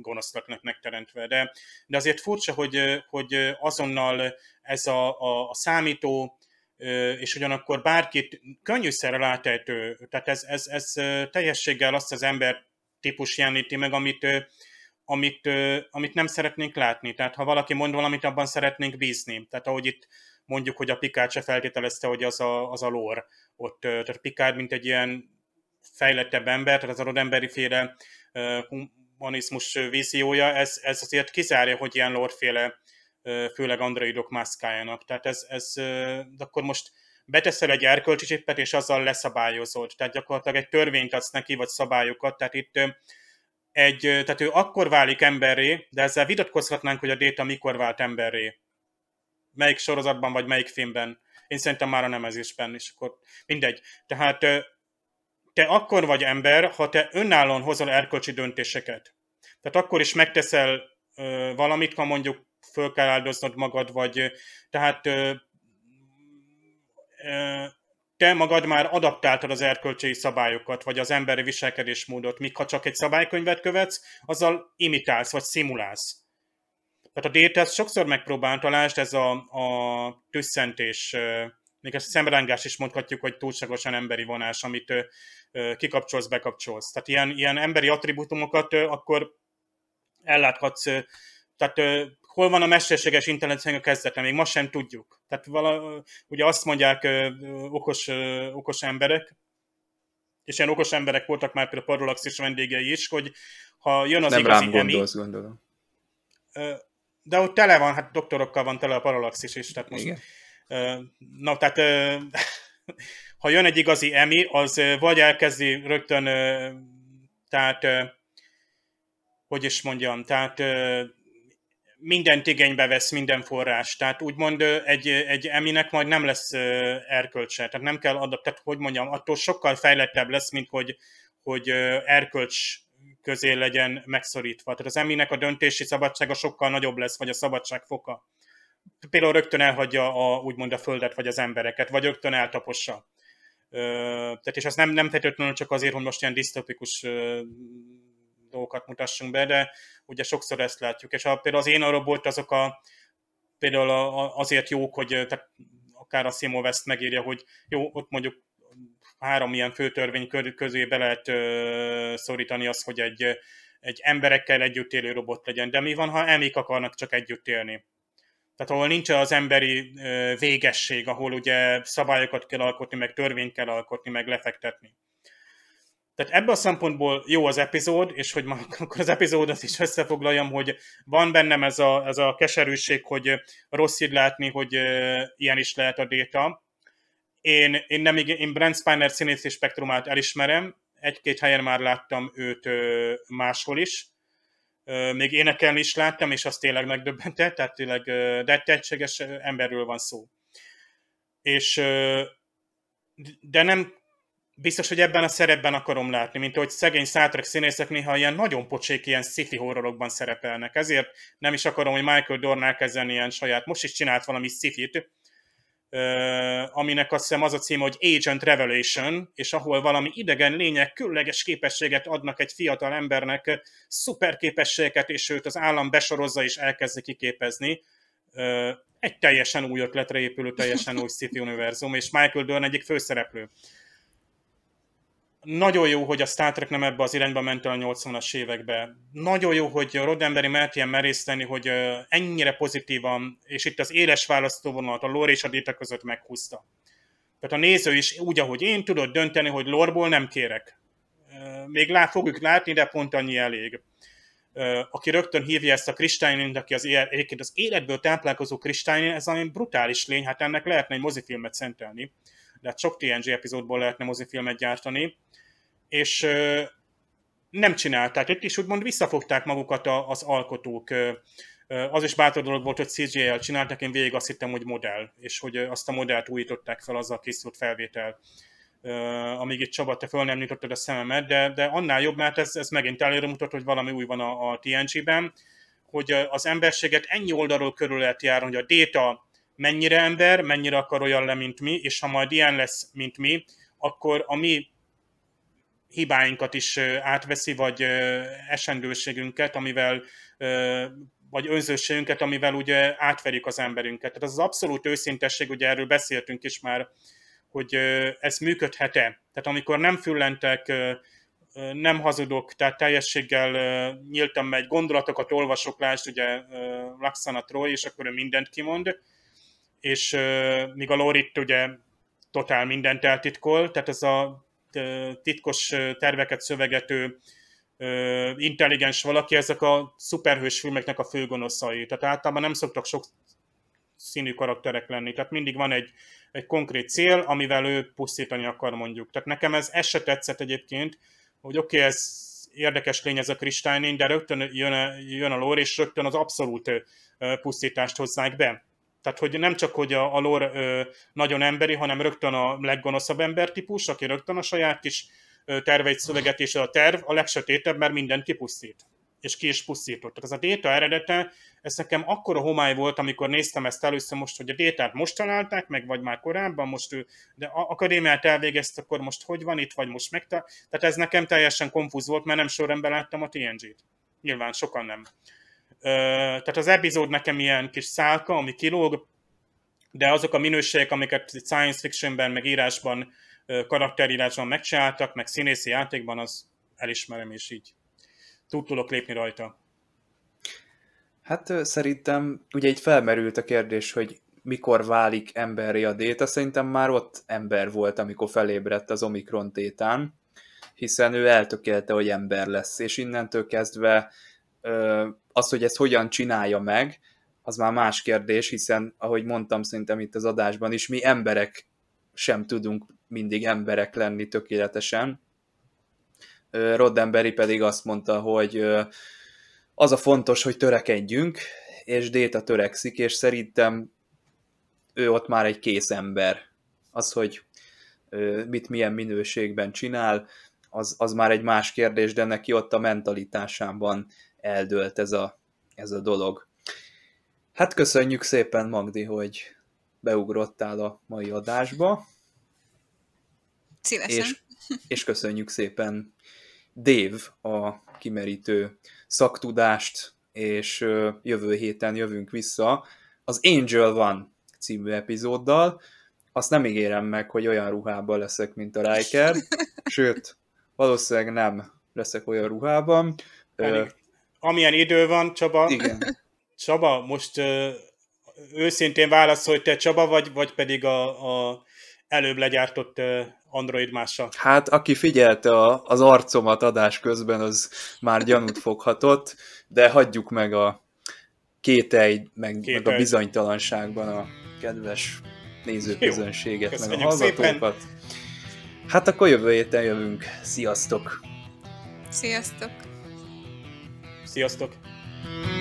gonosznak megteremtve. De, de azért furcsa, hogy, hogy azonnal ez a, a, a számító, és ugyanakkor bárkit könnyűszerrel átejtő, tehát ez, ez, ez teljességgel azt az ember típus jeleníti meg, amit, amit, amit nem szeretnénk látni. Tehát ha valaki mond valamit, abban szeretnénk bízni. Tehát ahogy itt mondjuk, hogy a Picard se feltételezte, hogy az a, az a lore ott. Tehát Picard, mint egy ilyen fejlettebb ember, tehát az a rodemberi féle humanizmus víziója, ez, ez azért kizárja, hogy ilyen lore-féle, főleg androidok mászkáljanak. Tehát ez, ez de akkor most beteszel egy erkölcsi csippet, és azzal leszabályozod. Tehát gyakorlatilag egy törvényt adsz neki, vagy szabályokat. Tehát itt egy, tehát ő akkor válik emberré, de ezzel vitatkozhatnánk, hogy a Data mikor vált emberré. Melyik sorozatban, vagy melyik filmben. Én szerintem már a Nemezisben, és akkor mindegy. Tehát te akkor vagy ember, ha te önállóan hozol erkölcsi döntéseket. Tehát akkor is megteszel ö, valamit, ha mondjuk föl kell áldoznod magad, vagy tehát ö, ö, te magad már adaptáltad az erkölcsi szabályokat, vagy az emberi viselkedésmódot, míg ha csak egy szabálykönyvet követsz, azzal imitálsz, vagy szimulálsz. Tehát a Data ezt sokszor megpróbál, találst ez a, a tüsszentés, még ezt a szemrángás is mondhatjuk, hogy túlságosan emberi vonás, amit kikapcsolsz, bekapcsolsz. Tehát ilyen, ilyen emberi attribútumokat akkor elláthatsz. Tehát hol van a mesterséges intelligencia a kezdete? Még ma sem tudjuk. Tehát vala, ugye azt mondják okos, okos emberek, és ilyen okos emberek voltak már például a Parallaxis vendégei is, hogy ha jön az nem igazi rám gondolsz, Emi, gondolom. De ott tele van, hát doktorokkal van tele a Parallaxis is, tehát most... Igen. Na, tehát ha jön egy igazi Emi, az vagy elkezdi rögtön, tehát, hogy is mondjam, tehát mindent igénybe vesz, minden forrás. Tehát úgymond egy, egy Eminek majd nem lesz erkölcse. Tehát nem kell adap, tehát hogy mondjam, attól sokkal fejlettebb lesz, mint hogy, hogy erkölcs közé legyen megszorítva. Tehát az Eminek a döntési szabadsága sokkal nagyobb lesz, vagy a szabadság foka. Például rögtön elhagyja a, úgymond a földet, vagy az embereket, vagy rögtön eltapossa. Ö, tehát és ez nem, nem feltétlenül csak azért, hogy most ilyen disztopikus ö, dolgokat mutassunk be, de ugye sokszor ezt látjuk. És a, például az Én a robot azok a, például a, azért jók, hogy tehát akár a Asimov ezt megírja, hogy jó, ott mondjuk három ilyen főtörvény közé be lehet ö, szorítani azt, hogy egy, egy emberekkel együtt élő robot legyen. De mi van, ha emik akarnak csak együtt élni? Tehát ahol nincs az emberi ö, végesség, ahol ugye szabályokat kell alkotni, meg törvényt kell alkotni, meg lefektetni. Tehát ebből a szempontból jó az epizód, és hogy akkor az epizódot is összefoglaljam, hogy van bennem ez a, ez a keserűség, hogy rossz így látni, hogy ö, ilyen is lehet a Data. Én, én, nem, én Brent Spiner színészi spektrumát elismerem, egy-két helyen már láttam őt ö, máshol is. Ö, még énekelni is láttam, és az tényleg megdöbbentett, tehát tényleg, ö, de tehetséges emberről van szó. És, ö, de nem biztos, hogy ebben a szerepben akarom látni, mint ahogy szegény Star Trek színészek néha ilyen nagyon pocsék, ilyen sci-fi horrorokban szerepelnek. Ezért nem is akarom, hogy Michael Dorn elkezden ilyen saját, most is csinált valami sci-fit, Uh, aminek azt hiszem az a címe, hogy Agent Revelation, és ahol valami idegen lények különleges képességet adnak egy fiatal embernek, szuper képességeket, és őt az állam besorozza és elkezdi kiképezni. Uh, egy teljesen új ötletre épülő, teljesen új sci-fi univerzum, és Michael Dorn egyik főszereplő. Nagyon jó, hogy a Star Trek nem ebbe az irányba ment el a nyolcvanas évekbe. Nagyon jó, hogy Roddenberry mert ilyen merészteni, hogy ennyire pozitívan, és itt az éles választóvonalat a lore és a Data között meghúzta. Tehát a néző is úgy, ahogy én, tudod dönteni, hogy lore-ból nem kérek. Még lá, fogjuk látni, de pont annyi elég. Aki rögtön hívja ezt a Kristálynint, aki az, egyébként az életből táplálkozó Kristályn, ez valami brutális lény, hát ennek lehetne egy mozifilmet szentelni. De hát sok té en gé epizódból lehetne mozifilmet gyártani, és ö, nem csinálták. Itt is úgymond visszafogták magukat a, az alkotók. Ö, az is bátor dolog volt, hogy cé gé í-el csináltak, én végig azt hittem, hogy modell, és hogy azt a modellt újították fel, azzal készült felvétel. Ö, amíg itt Csaba, te föl nem nyitottad a szememet, de, de annál jobb, mert ez, ez megint előre mutat, hogy valami új van a, a té en gé-ben, hogy az emberséget ennyi oldalról körül lehet járni, hogy a Data mennyire ember, mennyire akar olyan le, mint mi, és ha majd ilyen lesz, mint mi, akkor a mi hibáinkat is átveszi, vagy esendőségünket, amivel, vagy önzőségünket, amivel ugye átverik az emberünket. Tehát az az abszolút őszintesség, ugye erről beszéltünk is már, hogy ez működhet-e. Tehát amikor nem füllentek, nem hazudok, tehát teljességgel nyíltan megy, gondolatokat olvasok, lásd ugye Laksana Troy, és akkor ő mindent kimond, és míg a Lorit ugye totál mindent eltitkol, tehát ez a titkos terveket szövegető intelligens valaki, ezek a szuperhős filmeknek a főgonoszai. Tehát általában nem szoktak sok színű karakterek lenni. Tehát mindig van egy, egy konkrét cél, amivel ő pusztítani akar, mondjuk. Tehát nekem ez, ez se tetszett egyébként, hogy oké, okay, ez érdekes lény ez a kristálynény, de rögtön jön a, jön a lore, és rögtön az abszolút pusztítást hozzák be. Tehát, hogy nem csak, hogy a, a lore ö, nagyon emberi, hanem rögtön a leggonoszabb embertípus, aki rögtön a saját kis ö, terveit szövegetés, a terv a legsötétebb, mert mindent kipusztít. És ki is pusztított. Tehát ez a Data eredete, ez nekem akkora homály volt, amikor néztem ezt először most, hogy a Datát most találták, meg vagy már korábban, most ő, de a akadémiát elvégezte, akkor most hogy van itt, vagy most meg. Tehát ez nekem teljesen konfúz volt, mert nem sorrendben láttam a té en gét. Nyilván sokan nem. Tehát az epizód nekem ilyen kis szálka, ami kilóg, de azok a minőségek, amiket science fictionben, meg írásban, karakterírásban megcsináltak, meg színészi játékban, az elismerem, és így túl tudok lépni rajta. Hát szerintem ugye itt felmerült a kérdés, hogy mikor válik emberré a Data. Szerintem már ott ember volt, amikor felébredt az Omikron tétán, hiszen ő eltökélte, hogy ember lesz, és innentől kezdve az, hogy ezt hogyan csinálja meg, az már más kérdés, hiszen, ahogy mondtam szerintem itt az adásban is, mi emberek sem tudunk mindig emberek lenni tökéletesen. Roddenberry pedig azt mondta, hogy az a fontos, hogy törekedjünk, és Data törekszik, és szerintem ő ott már egy kész ember. Az, hogy mit milyen minőségben csinál, az, az már egy más kérdés, de neki ott a mentalitásában eldőlt ez a, ez a dolog. Hát köszönjük szépen, Magdi, hogy beugrottál a mai adásba. Szívesen. És, és köszönjük szépen Dave a kimerítő szaktudást, és jövő héten jövünk vissza az Angel One című epizóddal. Azt nem ígérem meg, hogy olyan ruhában leszek, mint a Riker, sőt, valószínűleg nem leszek olyan ruhában. Pedig, amilyen idő van, Csaba, igen. Csaba, most ö, őszintén válaszolj, te Csaba vagy, vagy pedig a, a előbb legyártott ö, Android mása? Hát, aki figyelte a, az arcomat adás közben, az már gyanút foghatott, de hagyjuk meg a kételj, meg, meg a bizonytalanságban a kedves nézőközönséget, meg a hallgatókat. Szépen. Hát akkor jövő héten jövünk. Sziasztok! Sziasztok! Sziasztok!